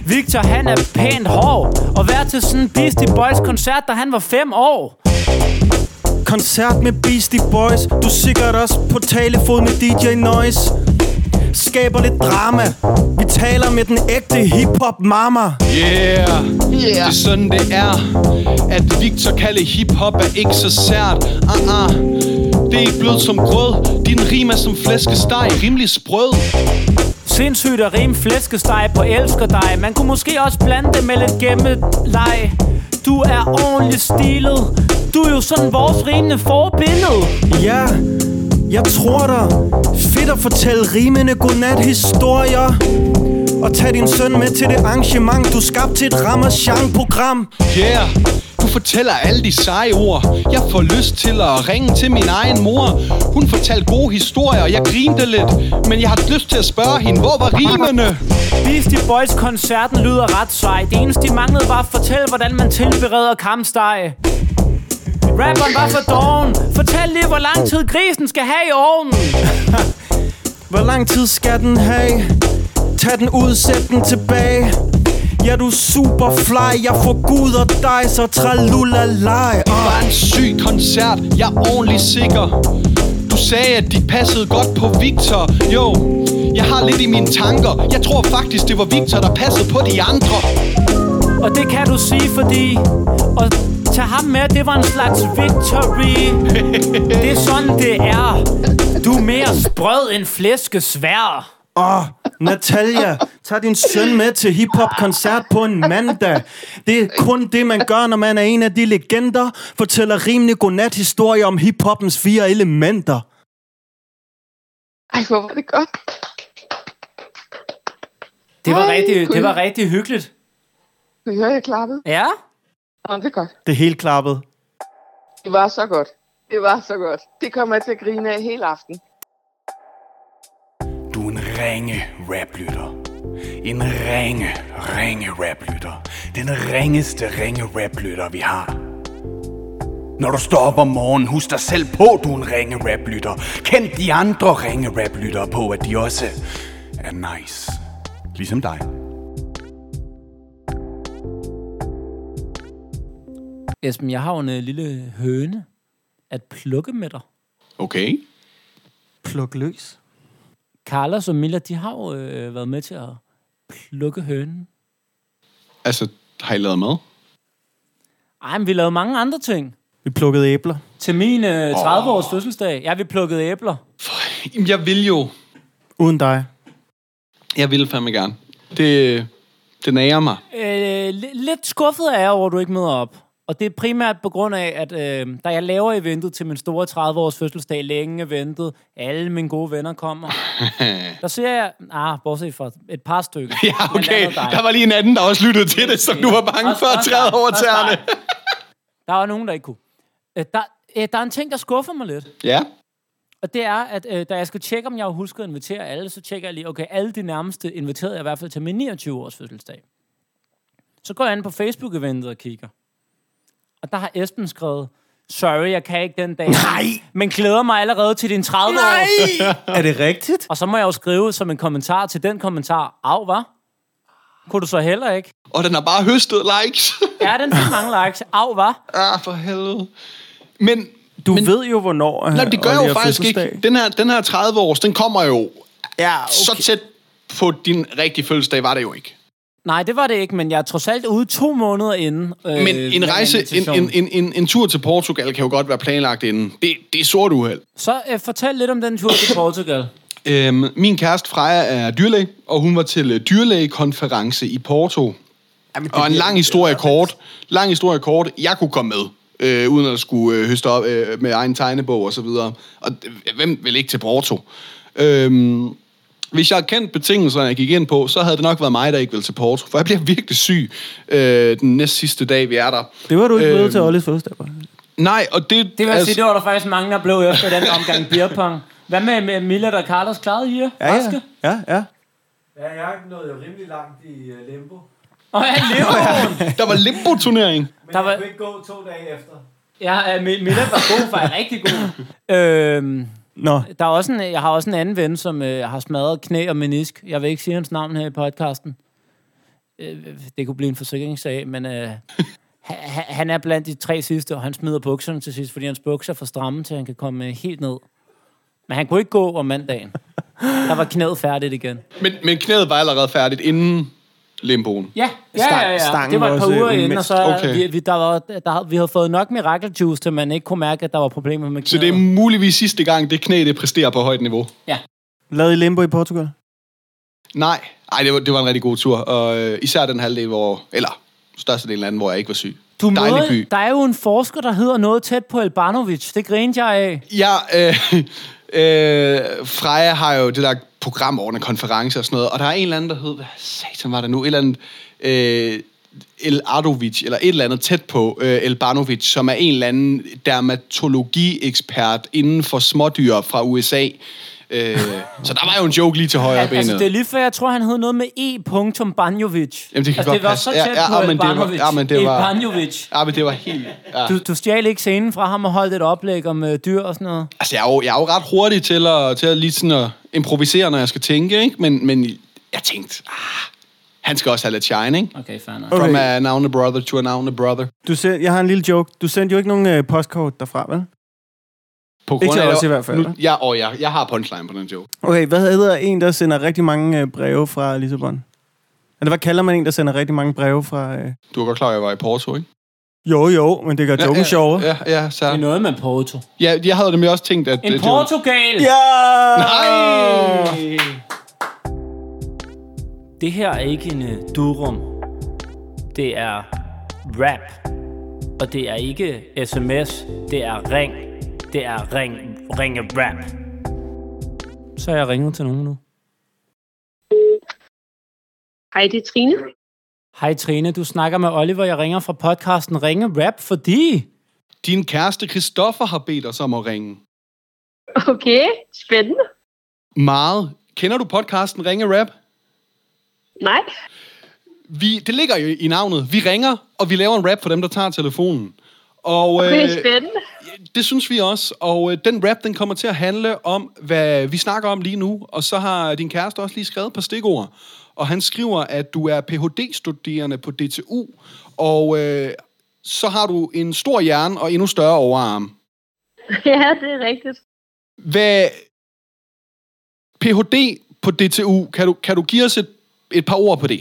Victor, han er pænt hård. Og været til sådan en Beastie Boys koncert, da han var fem år. Koncert med Beastie Boys. Du er sikkert også på talefod med D J Noise. Skaber lidt drama. Vi taler med den ægte hip-hop mama. Yeah, Yeah. det er sådan det er. At Victor kalder hip-hop er ikke så sært. uh-uh. Det er ikke blødt som grød. Din rim er som flæskesteg, rimelig sprød. Sindssygt at rime flæskesteg på elsker dig. Man kunne måske også blande det med lidt gemmeleg. Du er ordentligt stilet. Du er jo sådan vores rimende forbillede. Ja, jeg tror dig. Fedt at fortælle rimende godnat-historier. Og tag din søn med til det arrangement. Du skabte til et Ramachan-program. Yeah, du fortæller alle de seje ord. Jeg får lyst til at ringe til min egen mor. Hun fortalte gode historier, jeg grinte lidt. Men jeg har lyst til at spørge hende, hvor var rimene? Beastie Boys koncerten lyder ret sej. Det eneste de manglede var at fortælle, hvordan man tilbereder kampsteg. Rapperen var for doven. Fortæl lige, hvor lang tid grisen skal have i ovnen. Hvor lang tid skal den have? Tag den ud, sæt den tilbage. Ja, du er super fly. Jeg forguder dig, så tralulalej. Det var en syg koncert, jeg er ordentligt sikker. Du sagde, at de passede godt på Victor. Jo, jeg har lidt i mine tanker. Jeg tror faktisk, det var Victor, der passede på de andre. Og det kan du sige, fordi at tage ham med, det var en slags victory. Det er sådan, det er. Du er mere sprød end flæskesvær. Åh, oh, Natalia, tag din søn med til hiphop-koncert på en mandag. Det er kun det, man gør, når man er en af de legender. Fortæller rimelig godnat-historie om hiphoppens fire elementer. Ej, hvor var det godt. Det var, Ej, rigtig, kunne det var I- rigtig hyggeligt. Kunne I høre, jeg klappede? Ja? Nå, det er godt. Det er helt klappet. Det var så godt. Det var så godt. Det kommer jeg til at grine af hele aften. Du er en ringe raplytter. En ringe, ringe raplytter. Den ringeste ringe raplytter, vi har. Når du står op om morgenen, husk dig selv på, du er en ringe raplytter. Kend de andre ringe raplytter på, at de også er nice. Ligesom dig. Esben, jeg har jo en øh, lille høne at plukke med dig. Okay. Pluk løs. Carlos og Milla, de har jo øh, været med til at plukke hønen. Altså, har I lavet mad? Ej, men vi lavede mange andre ting. Vi plukkede æbler. Til min øh, tredive-års fødselsdag, ja, vi plukkede æbler. Jamen, jeg vil jo. Uden dig. Jeg vil fandme gerne. Det, det nager mig. Øh, li- lidt skuffet er jeg over, at du ikke møder op. Og det er primært på grund af, at øh, da jeg laver eventet til min store tredive-års fødselsdag, længe eventet, alle mine gode venner kommer, der ser jeg, ah, bortset fra et par stykker. Ja, okay. Der var lige en anden, der også lyttede til det, som du var bange for at træde over tæerne. Der var nogen, der ikke kunne. Øh, der, øh, der er en ting, der skuffer mig lidt. Ja. Og det er, at øh, da jeg skal tjekke, om jeg har husket at invitere alle, så tjekker jeg lige, okay, alle de nærmeste inviterede jeg i hvert fald til min niogtyve-års fødselsdag. Så går jeg ind på Facebook-eventet og kigger. Og der har Esben skrevet, sorry, jeg kan ikke den dag. Nej! Men glæder mig allerede til din tredive-års. Nej! Er det rigtigt? Og så må jeg jo skrive som en kommentar til den kommentar, af, hva? Kunne du så heller ikke? Og den har bare høstet likes. Ja, den fik mange likes. Af, hva? Ah, for helvede. Men... Du men, ved jo, hvornår... Nej, det gør Olli jo har faktisk fødselsdag. ikke. Den her, den her tredive-års, den kommer jo... Ja, okay. Så tæt på din rigtige fødselsdag var det jo ikke. Nej, det var det ikke, men jeg er trods alt ude to måneder inden. Øh, Men en rejse, en, en, en, en, en tur til Portugal kan jo godt være planlagt inden. Det, det er sort uheld. Så øh, fortæl lidt om den tur til Portugal. Øhm, min kæreste Freja er dyrlæge, og hun var til øh, dyrlægekonference i Porto. Jamen, og en lang historie kort. Lang historie kort. Jeg kunne komme med, øh, uden at skulle øh, høste op øh, med egen tegnebog og så videre. Og øh, hvem vil ikke til Porto? Øhm, hvis jeg havde kendt betingelserne, jeg gik ind på, så havde det nok været mig, der ikke ville til Porto. For jeg bliver virkelig syg øh, den næste sidste dag, vi er der. Det var du ikke øhm, blevet til Ollis fødselsdag, bare. Nej, og det... Det vil altså, sige, det var der faktisk mange, der blev efter den omgang beerpong. Hvad med, med Milla og Carlos klarede I? Ja, ja, ja, ja. Ja, jeg nåede jo rimelig langt i uh, limbo. Og ja, limbo. Der var limbo-turnering. Men Der jeg var- kunne ikke gå to dage efter. Ja, uh, Milla var god, faktisk rigtig god. øhm, Nå, der er også en, jeg har også en anden ven, som øh, har smadret knæ og menisk. Jeg vil ikke sige hans navn her i podcasten. øh, det kunne blive en forsikringssag, men øh, han, han er blandt de tre sidste, og han smider bukserne til sidst, fordi hans bukser er for stramme, til han kan komme øh, helt ned. Men han kunne ikke gå om mandagen. Der var knæet færdigt igen. Men, men knæet var allerede færdigt inden limboen? Ja, ja, ja, ja. Det var et par uger inden, og så okay. vi, vi, der var, der, vi havde fået nok mirakeljuice, til man ikke kunne mærke, at der var problemer med knæet. Så det er muligvis sidste gang, det knæ, det præsterer på højt niveau? Ja. Lavede I limbo i Portugal? Nej, Ej, det, var, det var en rigtig god tur, og øh, især den halvdel, hvor, eller størstedelen af den, hvor jeg ikke var syg. Du møde, der er jo en forsker, der hedder noget tæt på Elbanovic. Det grinte jeg af. Ja, øh, øh, Freja har jo det der program over en konference og sådan noget, og der er en eller anden, der hed, hvad satan var der nu, et eller andet, øh, El Ardovic, eller et eller andet tæt på øh, Elbanovic, som er en eller anden dermatologi-ekspert inden for smådyr fra U S A. Øh, så der var jo en joke lige til højre ja, benet. Altså, det er lige før, jeg tror, han hed noget med E. Banjovic. Jamen, det kan altså, godt det var passe. så tæt ja, ja, på men Elbanovic. Det var, ja, men det var, Banjovic. Ja, men det var helt... Ja. Du, du stjal ikke scenen fra ham og holdt et oplæg om øh, dyr og sådan noget? Altså, jeg er jo, jeg er jo ret hurtig til at, til at, lige sådan at improvisere, når jeg skal tænke, ikke? Men, men jeg tænkte, ah, han skal også have lidt shine, ikke? Okay, fair enough. From Okay. a noun brother to a noun brother. Du send, jeg har en lille joke. Du sendte jo ikke nogen øh, postkort derfra, vel? På Ikke til af, os i hvert fald. Nu, ja, og jeg, jeg har punchline på den joke. Okay, hvad hedder en, der sender rigtig mange øh, breve fra Lissabon? Eller hvad kalder man en, der sender rigtig mange breve fra... Øh... Du er godt klar, at jeg var i Porto, ikke? Jo, jo, men det gør joken ja, sjovere. Ja, ja, så. Det er noget med Porto. Ja, jeg havde nemlig også tænkt, at... En det, Portugal! Ja! Nej! Det her er ikke en uh, durum. Det er rap. Og det er ikke sms. Det er ring. Det er ring, ringe rap. Så er jeg ringet til nogen nu. Hej, det er Trine. Hej Trine, du snakker med Oliver. Jeg ringer fra podcasten Ringe Rap, fordi... Din kæreste Christoffer har bedt os om at ringe. Okay, spændende. Meget. Kender du podcasten Ringe Rap? Nej. Vi, det ligger jo i navnet. Vi ringer, og vi laver en rap for dem, der tager telefonen. Og, Okay, øh, spændende. det synes vi også. Og øh, den rap, den kommer til at handle om, hvad vi snakker om lige nu. Og så har din kæreste også lige skrevet et par stikord. Og han skriver, at du er P H D-studerende på D T U. Og øh, så har du en stor hjerne og endnu større overarm. Ja, det er rigtigt. Hvad... P H D på D T U, kan du, kan du give os et, et par ord på det?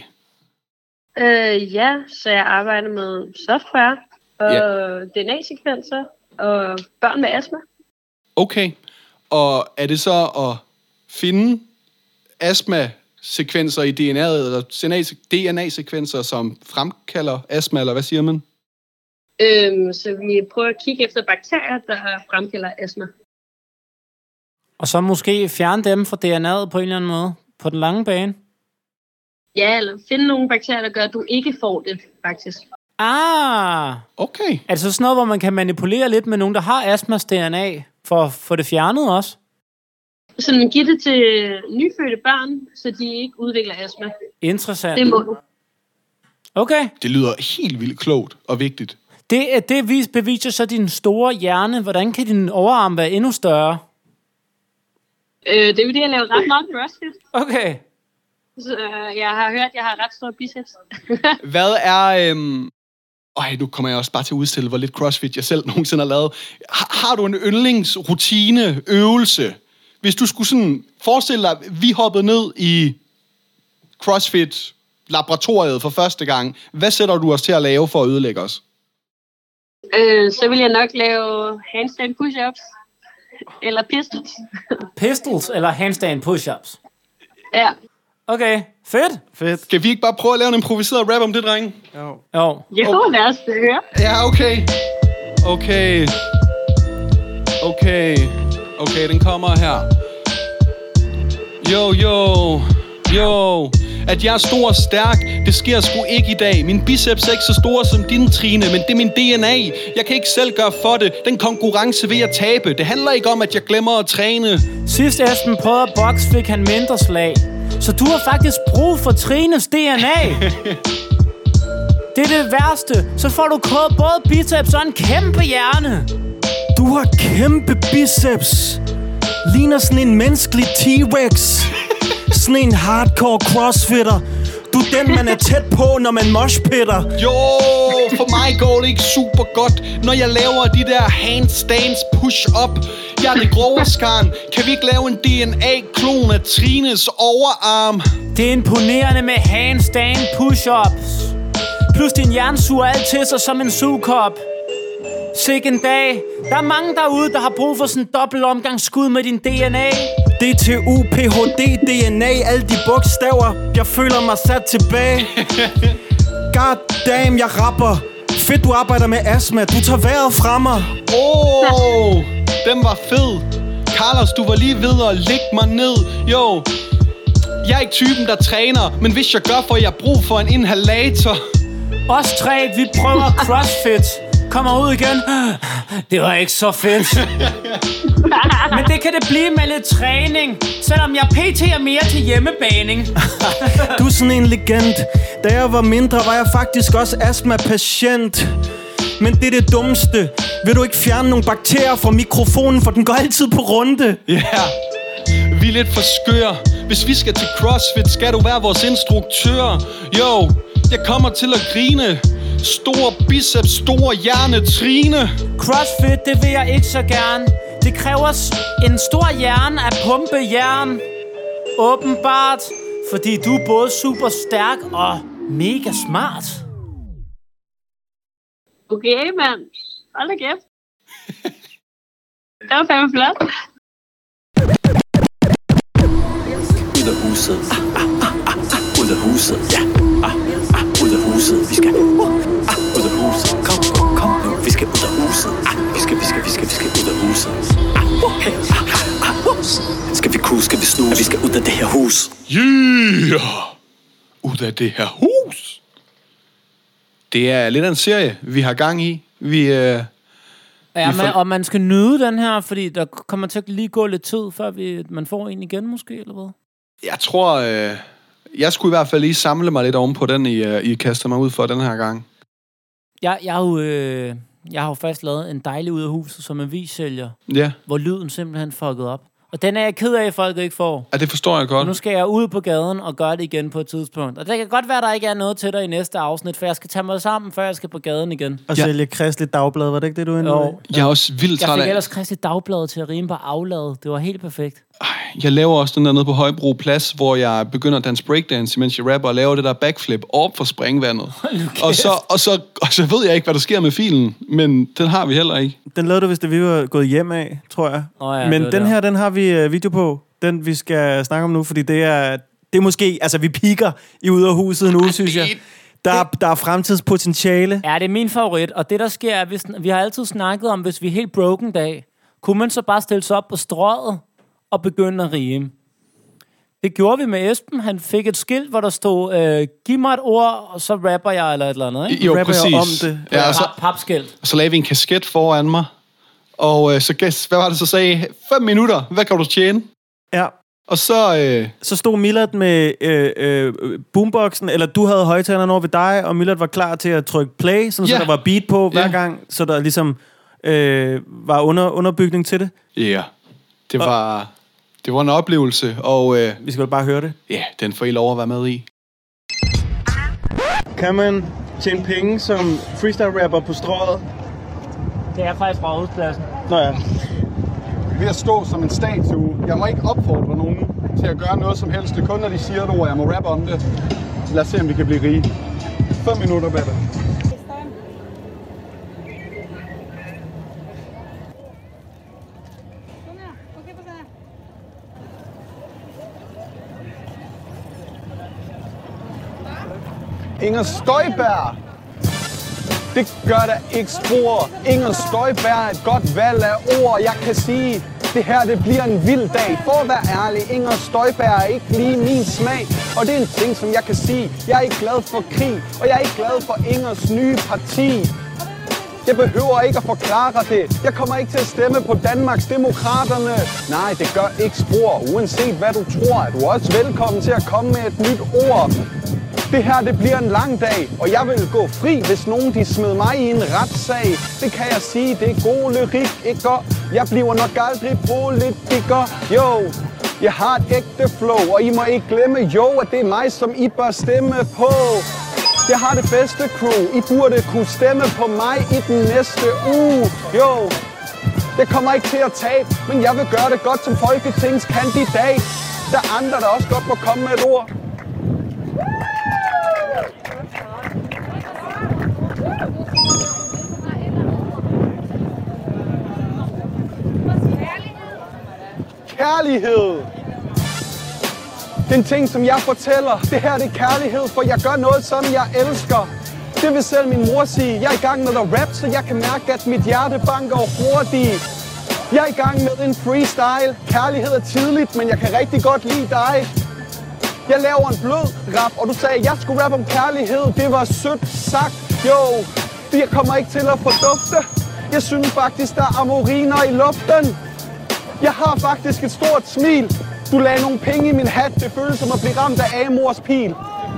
Øh, ja, så jeg arbejder med software og Ja. D N A-sekvenser og børn med astma. Okay. Og er det så at finde astma-sekvenser i D N A'et, eller D N A-sekvenser, som fremkalder astma, eller hvad siger man? Øhm, så vi prøver at kigge efter bakterier, der fremkalder astma. Og så måske fjerne dem fra D N A'et på en eller anden måde. På den lange bane. Ja, eller finde nogle bakterier, der gør, at du ikke får det, faktisk. Ah! Okay. Er det så sådan noget, hvor man kan manipulere lidt med nogen, der har astmas D N A, for at få det fjernet også? Så man giver det til nyfødte børn, så de ikke udvikler astma. Interessant. Det er målet. Okay. Det lyder helt vildt klogt og vigtigt. Det, det vis- beviser så din store hjerne. Hvordan kan din overarm være endnu større? Øh, det er jo det, jeg laver ret meget CrossFit. Okay. Så øh, jeg har hørt, at jeg har ret store biceps. Hvad er... Øhm... Øj, nu kommer jeg også bare til at udstille, hvor lidt CrossFit jeg selv nogensinde har lavet. Har, har du en yndlingsrutine, øvelse? Hvis du skulle sådan forestille dig, vi hoppede ned i CrossFit-laboratoriet for første gang. Hvad sætter du os til at lave for at ødelægge os? øh, så vil jeg nok lave handstand push-ups. Eller pistols. Pistols eller handstand push-ups? Ja. Okay, fedt. Fedt. Skal vi ikke bare prøve at lave en improviseret rap om det, drenge? Jo. Jo. Jo, lad os det høre. Ja, okay. Okay. Okay. Okay, den kommer her. Yo, yo. Yo. At jeg er stor og stærk, det sker sgu ikke i dag. Min biceps er ikke så store som din, Trine, men det er min D N A. Jeg kan ikke selv gøre for det. Den konkurrence vil jeg tabe. Det handler ikke om, at jeg glemmer at træne. Sidst Esben prøvede at boxe, fik han mindre slag. Så du har faktisk brug for Trines D N A. Det er det værste. Så får du kået både biceps og en kæmpe hjerne. Du har kæmpe biceps. Ligner sådan en menneskelig T-Rex. Sådan en hardcore crossfitter. Du er den, man er tæt på, når man moshpitter. Jo, for mig går det ikke super godt, når jeg laver de der handstands push-up. Jeg er det grove skarn. Kan vi ikke lave en D N A-klon af Trines overarm? Det er imponerende med handstand push-ups. Plus din hjerne suger alt til sig som en sugekop. Sikke en dag. Der er mange derude, der har brug for sådan en dobbelt omgangsskud med din D N A. D T U, P H D, D N A, alle de bogstaver. Jeg føler mig sat tilbage. God damn, jeg rapper. Fedt, du arbejder med astma. Du tager vejret fra mig. Åh, oh, den var fed. Carlos, du var lige ved at lægge mig ned. Jo, jeg er ikke typen, der træner, men hvis jeg gør, får jeg brug for en inhalator. Os tre, vi prøver CrossFit. Kommer ud igen. Det var ikke så fedt. Men det kan det blive med lidt træning, selvom jeg pt. Er mere til hjemmebaning. Du er sådan en legend. Da jeg var mindre, var jeg faktisk også astma-patient. Men det er det dummeste. Vil du ikke fjerne nogle bakterier fra mikrofonen, for den går altid på runde? Ja, yeah. Vi er lidt for skør. Hvis vi skal til CrossFit, skal du være vores instruktør. Jo, jeg kommer til at grine. Stor biceps, stor hjerne, Trine. CrossFit, det vil jeg ikke så gerne. Det kræver en stor hjerne at pumpe jern. Åbenbart, fordi du er både super stærk og mega smart. Okay, mand. Hold da kæft. Det var fandme flot. Ud af huset. Ah, ah, ah, ah. Ud af huset. Ja. Ah, ah. Ud af huset. Vi skal uh, ah. Ud af huset. Kom, kom, kom nu. Vi skal ud af huset. Ah. Vi skal, vi skal, vi skal, vi skal ud af huset. Ah, okay. ah, ah, ah. Skal vi kunne, skal vi snuse? Vi skal ud af det her hus. Yeah! Ud af det her hus. Det er lidt af en serie, vi har gang i. Vi, øh, ja, vi får... man, og man skal nyde den her, fordi der kommer til at lige gå lidt tid, før vi, man får en igen måske, eller hvad? Jeg tror, øh, jeg skulle i hvert fald lige samle mig lidt oven på den, I, øh, I kaster mig ud for den her gang. Jeg, jeg, har jo, øh, jeg har jo faktisk lavet en dejlig ud af huset som avissælger, ja. Hvor lyden simpelthen fucket op. Og den er jeg ked af, at folk ikke får. Ja, det forstår jeg godt. Og nu skal jeg ud på gaden og gøre det igen på et tidspunkt. Og det kan godt være, at der ikke er noget til dig i næste afsnit, for jeg skal tage mig sammen, før jeg skal på gaden igen. Og ja. Sælge Kristeligt Dagblad, var det ikke det, du endte med? Jeg er også vildt træt af... Jeg fik ellers Kristeligt Dagblad til at rime på afladet. Det var helt perfekt. Jeg laver også den der nede på Højbro Plads, hvor jeg begynder at danse breakdance, mens jeg rapper og laver det der backflip op for springvandet. Og så, og, så, og så ved jeg ikke, hvad der sker med filen, men den har vi heller ikke. Den lavede du, hvis det vi var gået hjem af, tror jeg. Oh ja, men den der. her, den har vi uh, video på. Den vi skal snakke om nu, fordi det er, det er måske... Altså, vi piker i ud af huset nu, synes jeg. Der er, der er fremtidspotentiale. Ja, det er min favorit. Og det, der sker, er, hvis, vi har altid snakket om, hvis vi er helt broken dag, kunne man så bare stille sig op på strøget og begynde at rime. Det gjorde vi med Esben. Han fik et skilt, hvor der stod, øh, giv mig et ord, og så rapper jeg eller et eller andet. Ikke? Jo, rapper præcis. Jeg om det. Ja, og så, papskilt. Og så lavede vi en kasket foran mig. Og øh, så gæst, hvad var det så sagde? Fem minutter, hvad kan du tjene? Ja. Og så... Øh... Så stod Millard med øh, øh, boomboxen, eller du havde højtalerne over ved dig, og Millard var klar til at trykke play, sådan, yeah. så der var beat på hver yeah. gang, så der ligesom øh, var under, underbygning til det. Ja, yeah. det var... Og det var en oplevelse, og... Øh, vi skal bare høre det. Ja, yeah, den får I lov at være med i. Kan man tjene penge som freestyle-rapper på strøget? Det er faktisk Rådhuspladsen. Nå ja. Ved at stå som en statue. Jeg må ikke opfordre nogen til at gøre noget som helst. Det er kun, når de siger det ord, jeg må rappe om det. Lad os se, om vi kan blive rige. Fem minutter, bedre. Inger Støjberg. Det gør der ikke spor. Inger Støjberg er et godt valg af ord. Jeg kan sige, det her det bliver en vild dag. For at være ærlig, Inger Støjberg er ikke lige min smag. Og det er en ting, som jeg kan sige. Jeg er ikke glad for krig, og jeg er ikke glad for Ingers nye parti. Jeg behøver ikke at forklare det. Jeg kommer ikke til at stemme på Danmarks Demokraterne. Nej, det gør ikke spor. Uanset hvad du tror, er du også velkommen til at komme med et nyt ord. Det her, det bliver en lang dag, og jeg vil gå fri, hvis nogen de smed mig i en retssag. Det kan jeg sige, det er god lyrik, ikke? Jeg bliver nok aldrig politiker. Jo, Jeg har et ægte flow, og I må ikke glemme, jo, at det er mig, som I bør stemme på. Jeg har det bedste crew, I burde kunne stemme på mig i den næste uge. Jo, jeg kommer ikke til at tabe, men jeg vil gøre det godt som folketingskandidat. Der er andre, der også godt må komme med et ord. Kærlighed. Det er en ting, som jeg fortæller. Det her det er kærlighed, for jeg gør noget, som jeg elsker. Det vil selv min mor sige. Jeg er i gang med at rap, så jeg kan mærke, at mit hjerte banker hurtigt. Jeg er i gang med en freestyle. Kærlighed er tidligt, men jeg kan rigtig godt lide dig. Jeg laver en blød rap, og du sagde, at jeg skulle rappe om kærlighed. Det var sødt sagt. Jo, jeg kommer ikke til at fordufte. Jeg synes faktisk, der er amoriner i luften. Jeg har faktisk et stort smil. Du lagde nogle penge i min hat. Det føles som at blive ramt af Amors pil.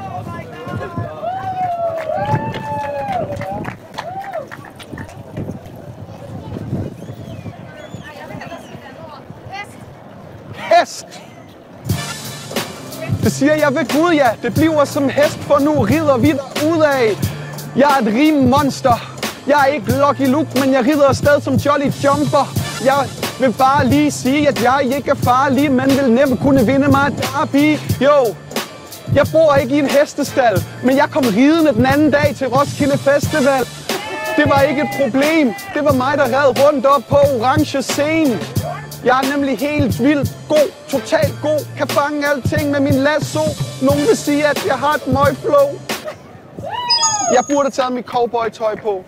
Hest! Det siger jeg ved Gud, ja. Det bliver som hest, for nu rider vi derudad. Jeg er et rimmonster. Jeg er ikke Lucky Luke, men jeg rider afsted som Jolly Jumper. Jeg vil bare lige sige, at jeg ikke er farlig, men vil nemt kunne vinde mig et derby. Jo, jeg bor ikke i en hestestald, men jeg kom ridende den anden dag til Roskilde Festival. Det var ikke et problem. Det var mig, der red rundt op på orange scene. Jeg er nemlig helt vildt god, totalt god, kan fange alting med min lasso. Nogen vil sige, at jeg har et møgflow. Jeg burde tage mit cowboy-tøj på.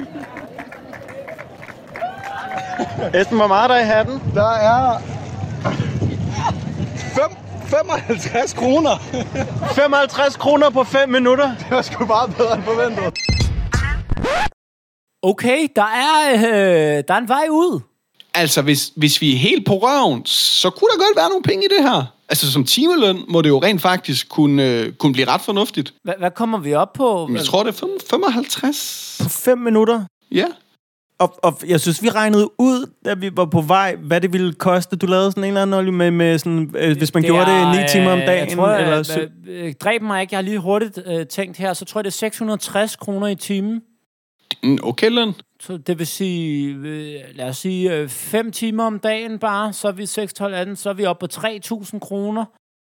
Esben, hvor meget er der i hatten? Der er femoghalvtreds kroner. femoghalvtreds kroner på fem minutter? Det var sgu meget bedre end forventet. Okay, der er, øh, der er en vej ud. Altså, hvis, hvis vi er helt på røven, så kunne der godt være nogle penge i det her. Altså, som timeløn må det jo rent faktisk kunne, øh, kunne blive ret fornuftigt. Hvad, hvad kommer vi op på? Men jeg tror, det er femoghalvtreds. På fem minutter? Ja. Og, og jeg synes, vi regnede ud, da vi var på vej, hvad det ville koste. Du lavede sådan en eller anden med, med sådan, øh, hvis man det gjorde er, det ni timer om dagen. Jeg tror, eller øh, øh, dræb mig ikke. Jeg har lige hurtigt øh, tænkt her, så tror jeg, det er seks hundrede og tres kroner i timen. Okay, løn. Så det vil sige, øh, lad os sige, øh, fem timer om dagen bare, så er vi seks, tolv, atten, så er vi oppe på tre tusind kroner.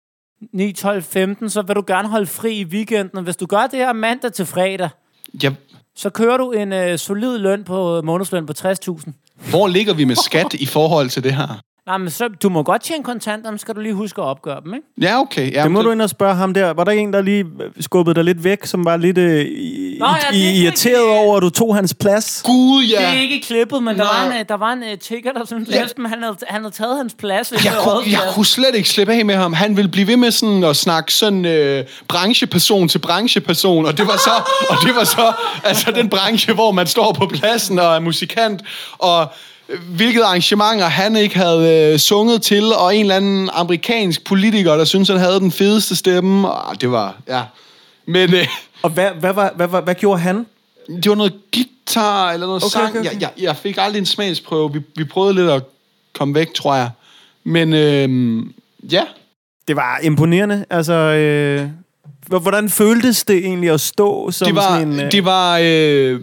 ni, tolv, femten, så vil du gerne holde fri i weekenden. Og hvis du gør det her mandag til fredag, ja. så kører du en øh, solid løn på månedsløn på tres tusind. Hvor ligger vi med skat i forhold til det her? Nej, men så, du må godt tjene kontanter, men skal du lige huske at opgøre dem, ikke? Ja, okay. Ja, det må du ind og spørge ham der. Var der en, der lige skubbede dig lidt væk, som var lidt øh, i, Nå, ja, i, irriteret ikke, over, at du tog hans plads? Gud, ja. Det er ikke klippet, men der var, en, der var en uh, tigger, der syntes, ja. Esben, han havde, han havde taget hans plads. Jeg, kunne, jeg kunne slet ikke slippe af med ham. Han ville blive ved med sådan at snakke sådan øh, brancheperson til brancheperson, og det var så, og det var så altså den branche, hvor man står på pladsen og er musikant, og hvilket arrangementer han ikke havde øh, sunget til, og en eller anden amerikansk politiker, der syntes, han havde den fedeste stemme. Og det var, ja. Men, øh, og hvad, hvad, hvad, hvad, hvad, hvad gjorde han? Det var noget guitar eller noget okay, sang. Okay, okay. Jeg, jeg, jeg fik aldrig en smagsprøve. Vi, vi prøvede lidt at komme væk, tror jeg. Men øh, ja. Det var imponerende. Altså, øh, hvordan føltes det egentlig at stå som det var, sådan en... Øh... Det var... Øh,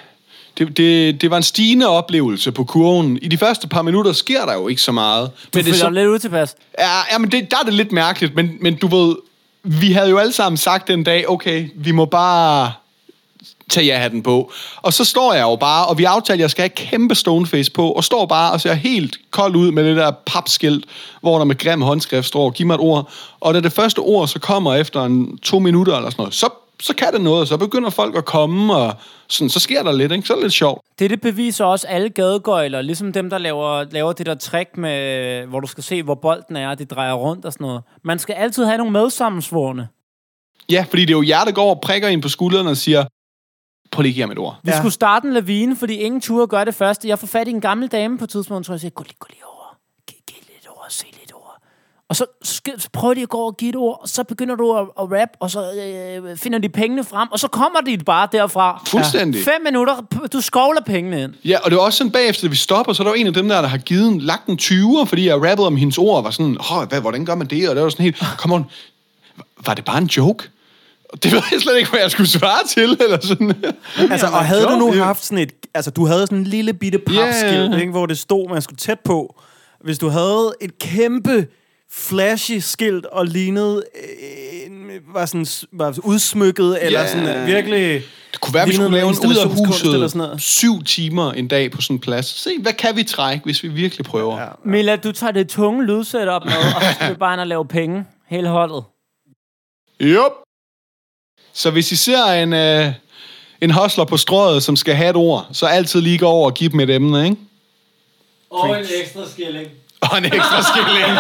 Det, det, det var en stigende oplevelse på kurven. I de første par minutter sker der jo ikke så meget. Du føler så, lidt ud tilpas. Ja, ja, men det, der er det lidt mærkeligt. Men, men du ved, vi havde jo alle sammen sagt den dag, okay, vi må bare tage ja-hatten på. Og så står jeg jo bare, og vi aftalte, at jeg skal have kæmpe stoneface på, og står bare og ser helt kold ud med det der papskilt, hvor der med grim håndskrift står, giv mig et ord. Og da det første ord så kommer efter en to minutter eller sådan noget, så så kan det noget, så begynder folk at komme, og sådan, så sker der lidt, ikke? Så er det lidt sjovt. Det, det beviser også alle gadegøjler, ligesom dem, der laver, laver det der trick med, hvor du skal se, hvor bolden er, og det drejer rundt og sådan noget. Man skal altid have nogle medsammensvorne. Ja, fordi det er jo jer, der går og prikker ind på skulderen og siger, prøv lige at give ham et ord. Vi ja. skulle starte en lavine, fordi ingen turde gøre det første. Jeg får fat i en gammel dame på et tidspunkt, tror jeg, siger, gå lige, gå lige over. Giv, giv lidt over, se lidt over. Og så, skal, så prøver de at gå over og give et ord, og så begynder du at, at rap, og så øh, finder de pengene frem, og så kommer de bare derfra. Fuldstændig. Ja. Fem minutter, du skovler pengene ind. Ja, og det var også sådan bagefter, da vi stopper, så er der en af dem der, der har givet en, lagt en tyver, fordi jeg rappede om hendes ord, var sådan, hvad, hvordan gør man det? Og det var sådan helt, come on, var det bare en joke? Det ved jeg slet ikke, hvad jeg skulle svare til, eller sådan. Altså, og havde du nu haft sådan et... Altså, du havde sådan en lille bitte papskilt, yeah. ikke, hvor det stod, man skulle tæt på. Hvis du havde et kæmpe flashy skilt og lignede... Øh, var sådan var udsmykket, yeah. eller sådan virkelig... Det kunne være, vi skulle lave en ud af huset syv timer en dag på sådan en plads. Se, hvad kan vi trække, hvis vi virkelig prøver? Ja, ja. Mila, du tager det tunge lydsæt op med, og så skal vi bare ind og lave penge. Hele holdet. Yup. Så hvis I ser en, øh, en hustler på strøget, som skal have et ord, så altid lige gå over og give dem et emne, ikke? Og en ekstra skilling. Og en ekstra skilling.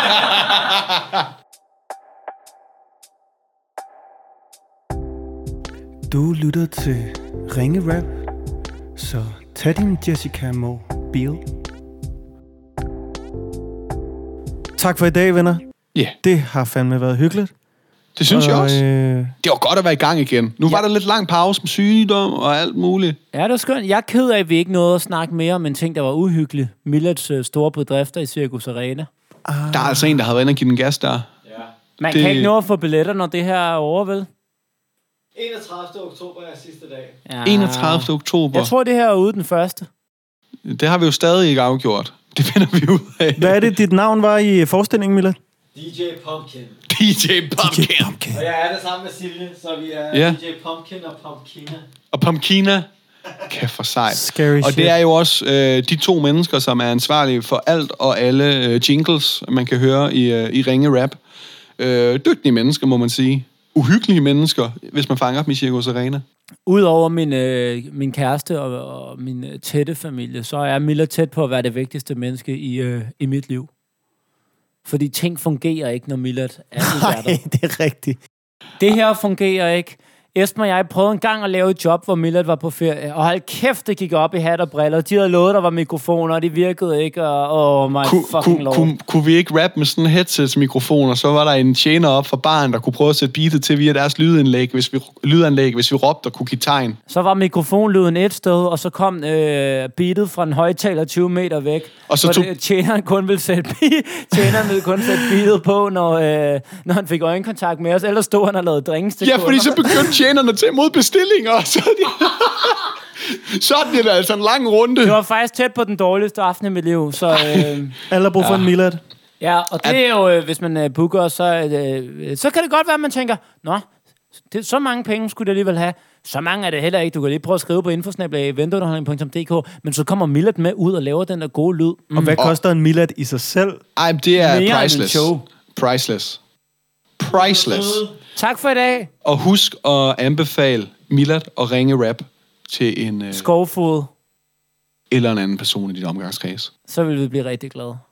Du lytter til Ringe Rap, så tag din Jessica Mobil. Tak for i dag, venner. Ja. Yeah. Det har fandme været hyggeligt. Det synes og, jeg også. Øh... Det var godt at være i gang igen. Nu ja. var der lidt lang pause med sygdom og alt muligt. Ja, det var skønt. Jeg er ked af, at vi ikke nåede at snakke mere om en ting, der var uhyggelig. Millets øh, store bedrifter i Circus Arena. Ah. Der er altså en, der havde været inde og give den gas der. Ja. Man det... kan ikke nå at få billetter, når det her er over, vel? enogtredivte oktober er sidste dag. Ja. enogtredivte oktober. Jeg tror, det her er ude den første. Det har vi jo stadig ikke afgjort. Det finder vi ud af. Hvad er det, dit navn var i forestillingen, Milla? D J Pumpkin. D J Pumpkin. D J Pumpkin. Og jeg er det sammen med Silje, så vi er ja. D J Pumpkin og Pumpkina. Og Pumpkina. Kæft for sejt. Scary og shit. det er jo også øh, de to mennesker, som er ansvarlige for alt og alle øh, jingles, man kan høre i, øh, i Ringe Rap. Øh, dygtige mennesker, må man sige. Uhyggelige mennesker, hvis man fanger dem i Circus Arena. Udover min, øh, min kæreste og, og min øh, tætte familie, så er Milla tæt på at være det vigtigste menneske i, øh, i mit liv. Fordi ting fungerer ikke, når Millet er i Nej, det er rigtigt. Det her fungerer ikke. Esben og jeg prøvede en gang at lave et job, hvor Millet var på ferie. Og hold kæft, det gik op i hat og briller. De havde lovet, der var mikrofoner, og det virkede ikke. Og oh my Ku, fucking ku, lord. Kunne ku vi ikke rappe med sådan en headsets-mikrofon, og så var der en tjener op for baren, der kunne prøve at sætte beatet til via deres lydanlæg, hvis vi, lydanlæg, hvis vi råbte og kunne give tegn. Så var mikrofonlyden et sted, og så kom øh, beatet fra en højtaler tyve meter væk. Og så tog... det, tjeneren kun ville sætte, tjeneren ville kun sætte beatet på, når, øh, når han fik øjenkontakt med os. Ellers stod han og lavede drinks til Ja, fordi så begyndte tjenerne til mod bestillinger, og så sådan er det altså en lang runde. Det var faktisk tæt på den dårligste aften i mit liv, så... Øh, Alle har brug for ja. en Millet. Ja, og det er jo, hvis man uh, booker, så, uh, så kan det godt være, at man tænker, nå, det, så mange penge skulle det alligevel have. Så mange er det heller ikke. Du kan lige prøve at skrive på infosnabel eventunderholdning punktum d k, men så kommer Millet med ud og laver den der gode lyd. Mm. Og hvad koster en Millet i sig selv? Ej, det er mere priceless. Priceless. Priceless. Tak for i dag. Og husk at anbefale Millet og Ringe Rap til en... Uh, Skovfod. Eller en anden person i dit omgangskreds. Så vil vi blive rigtig glade.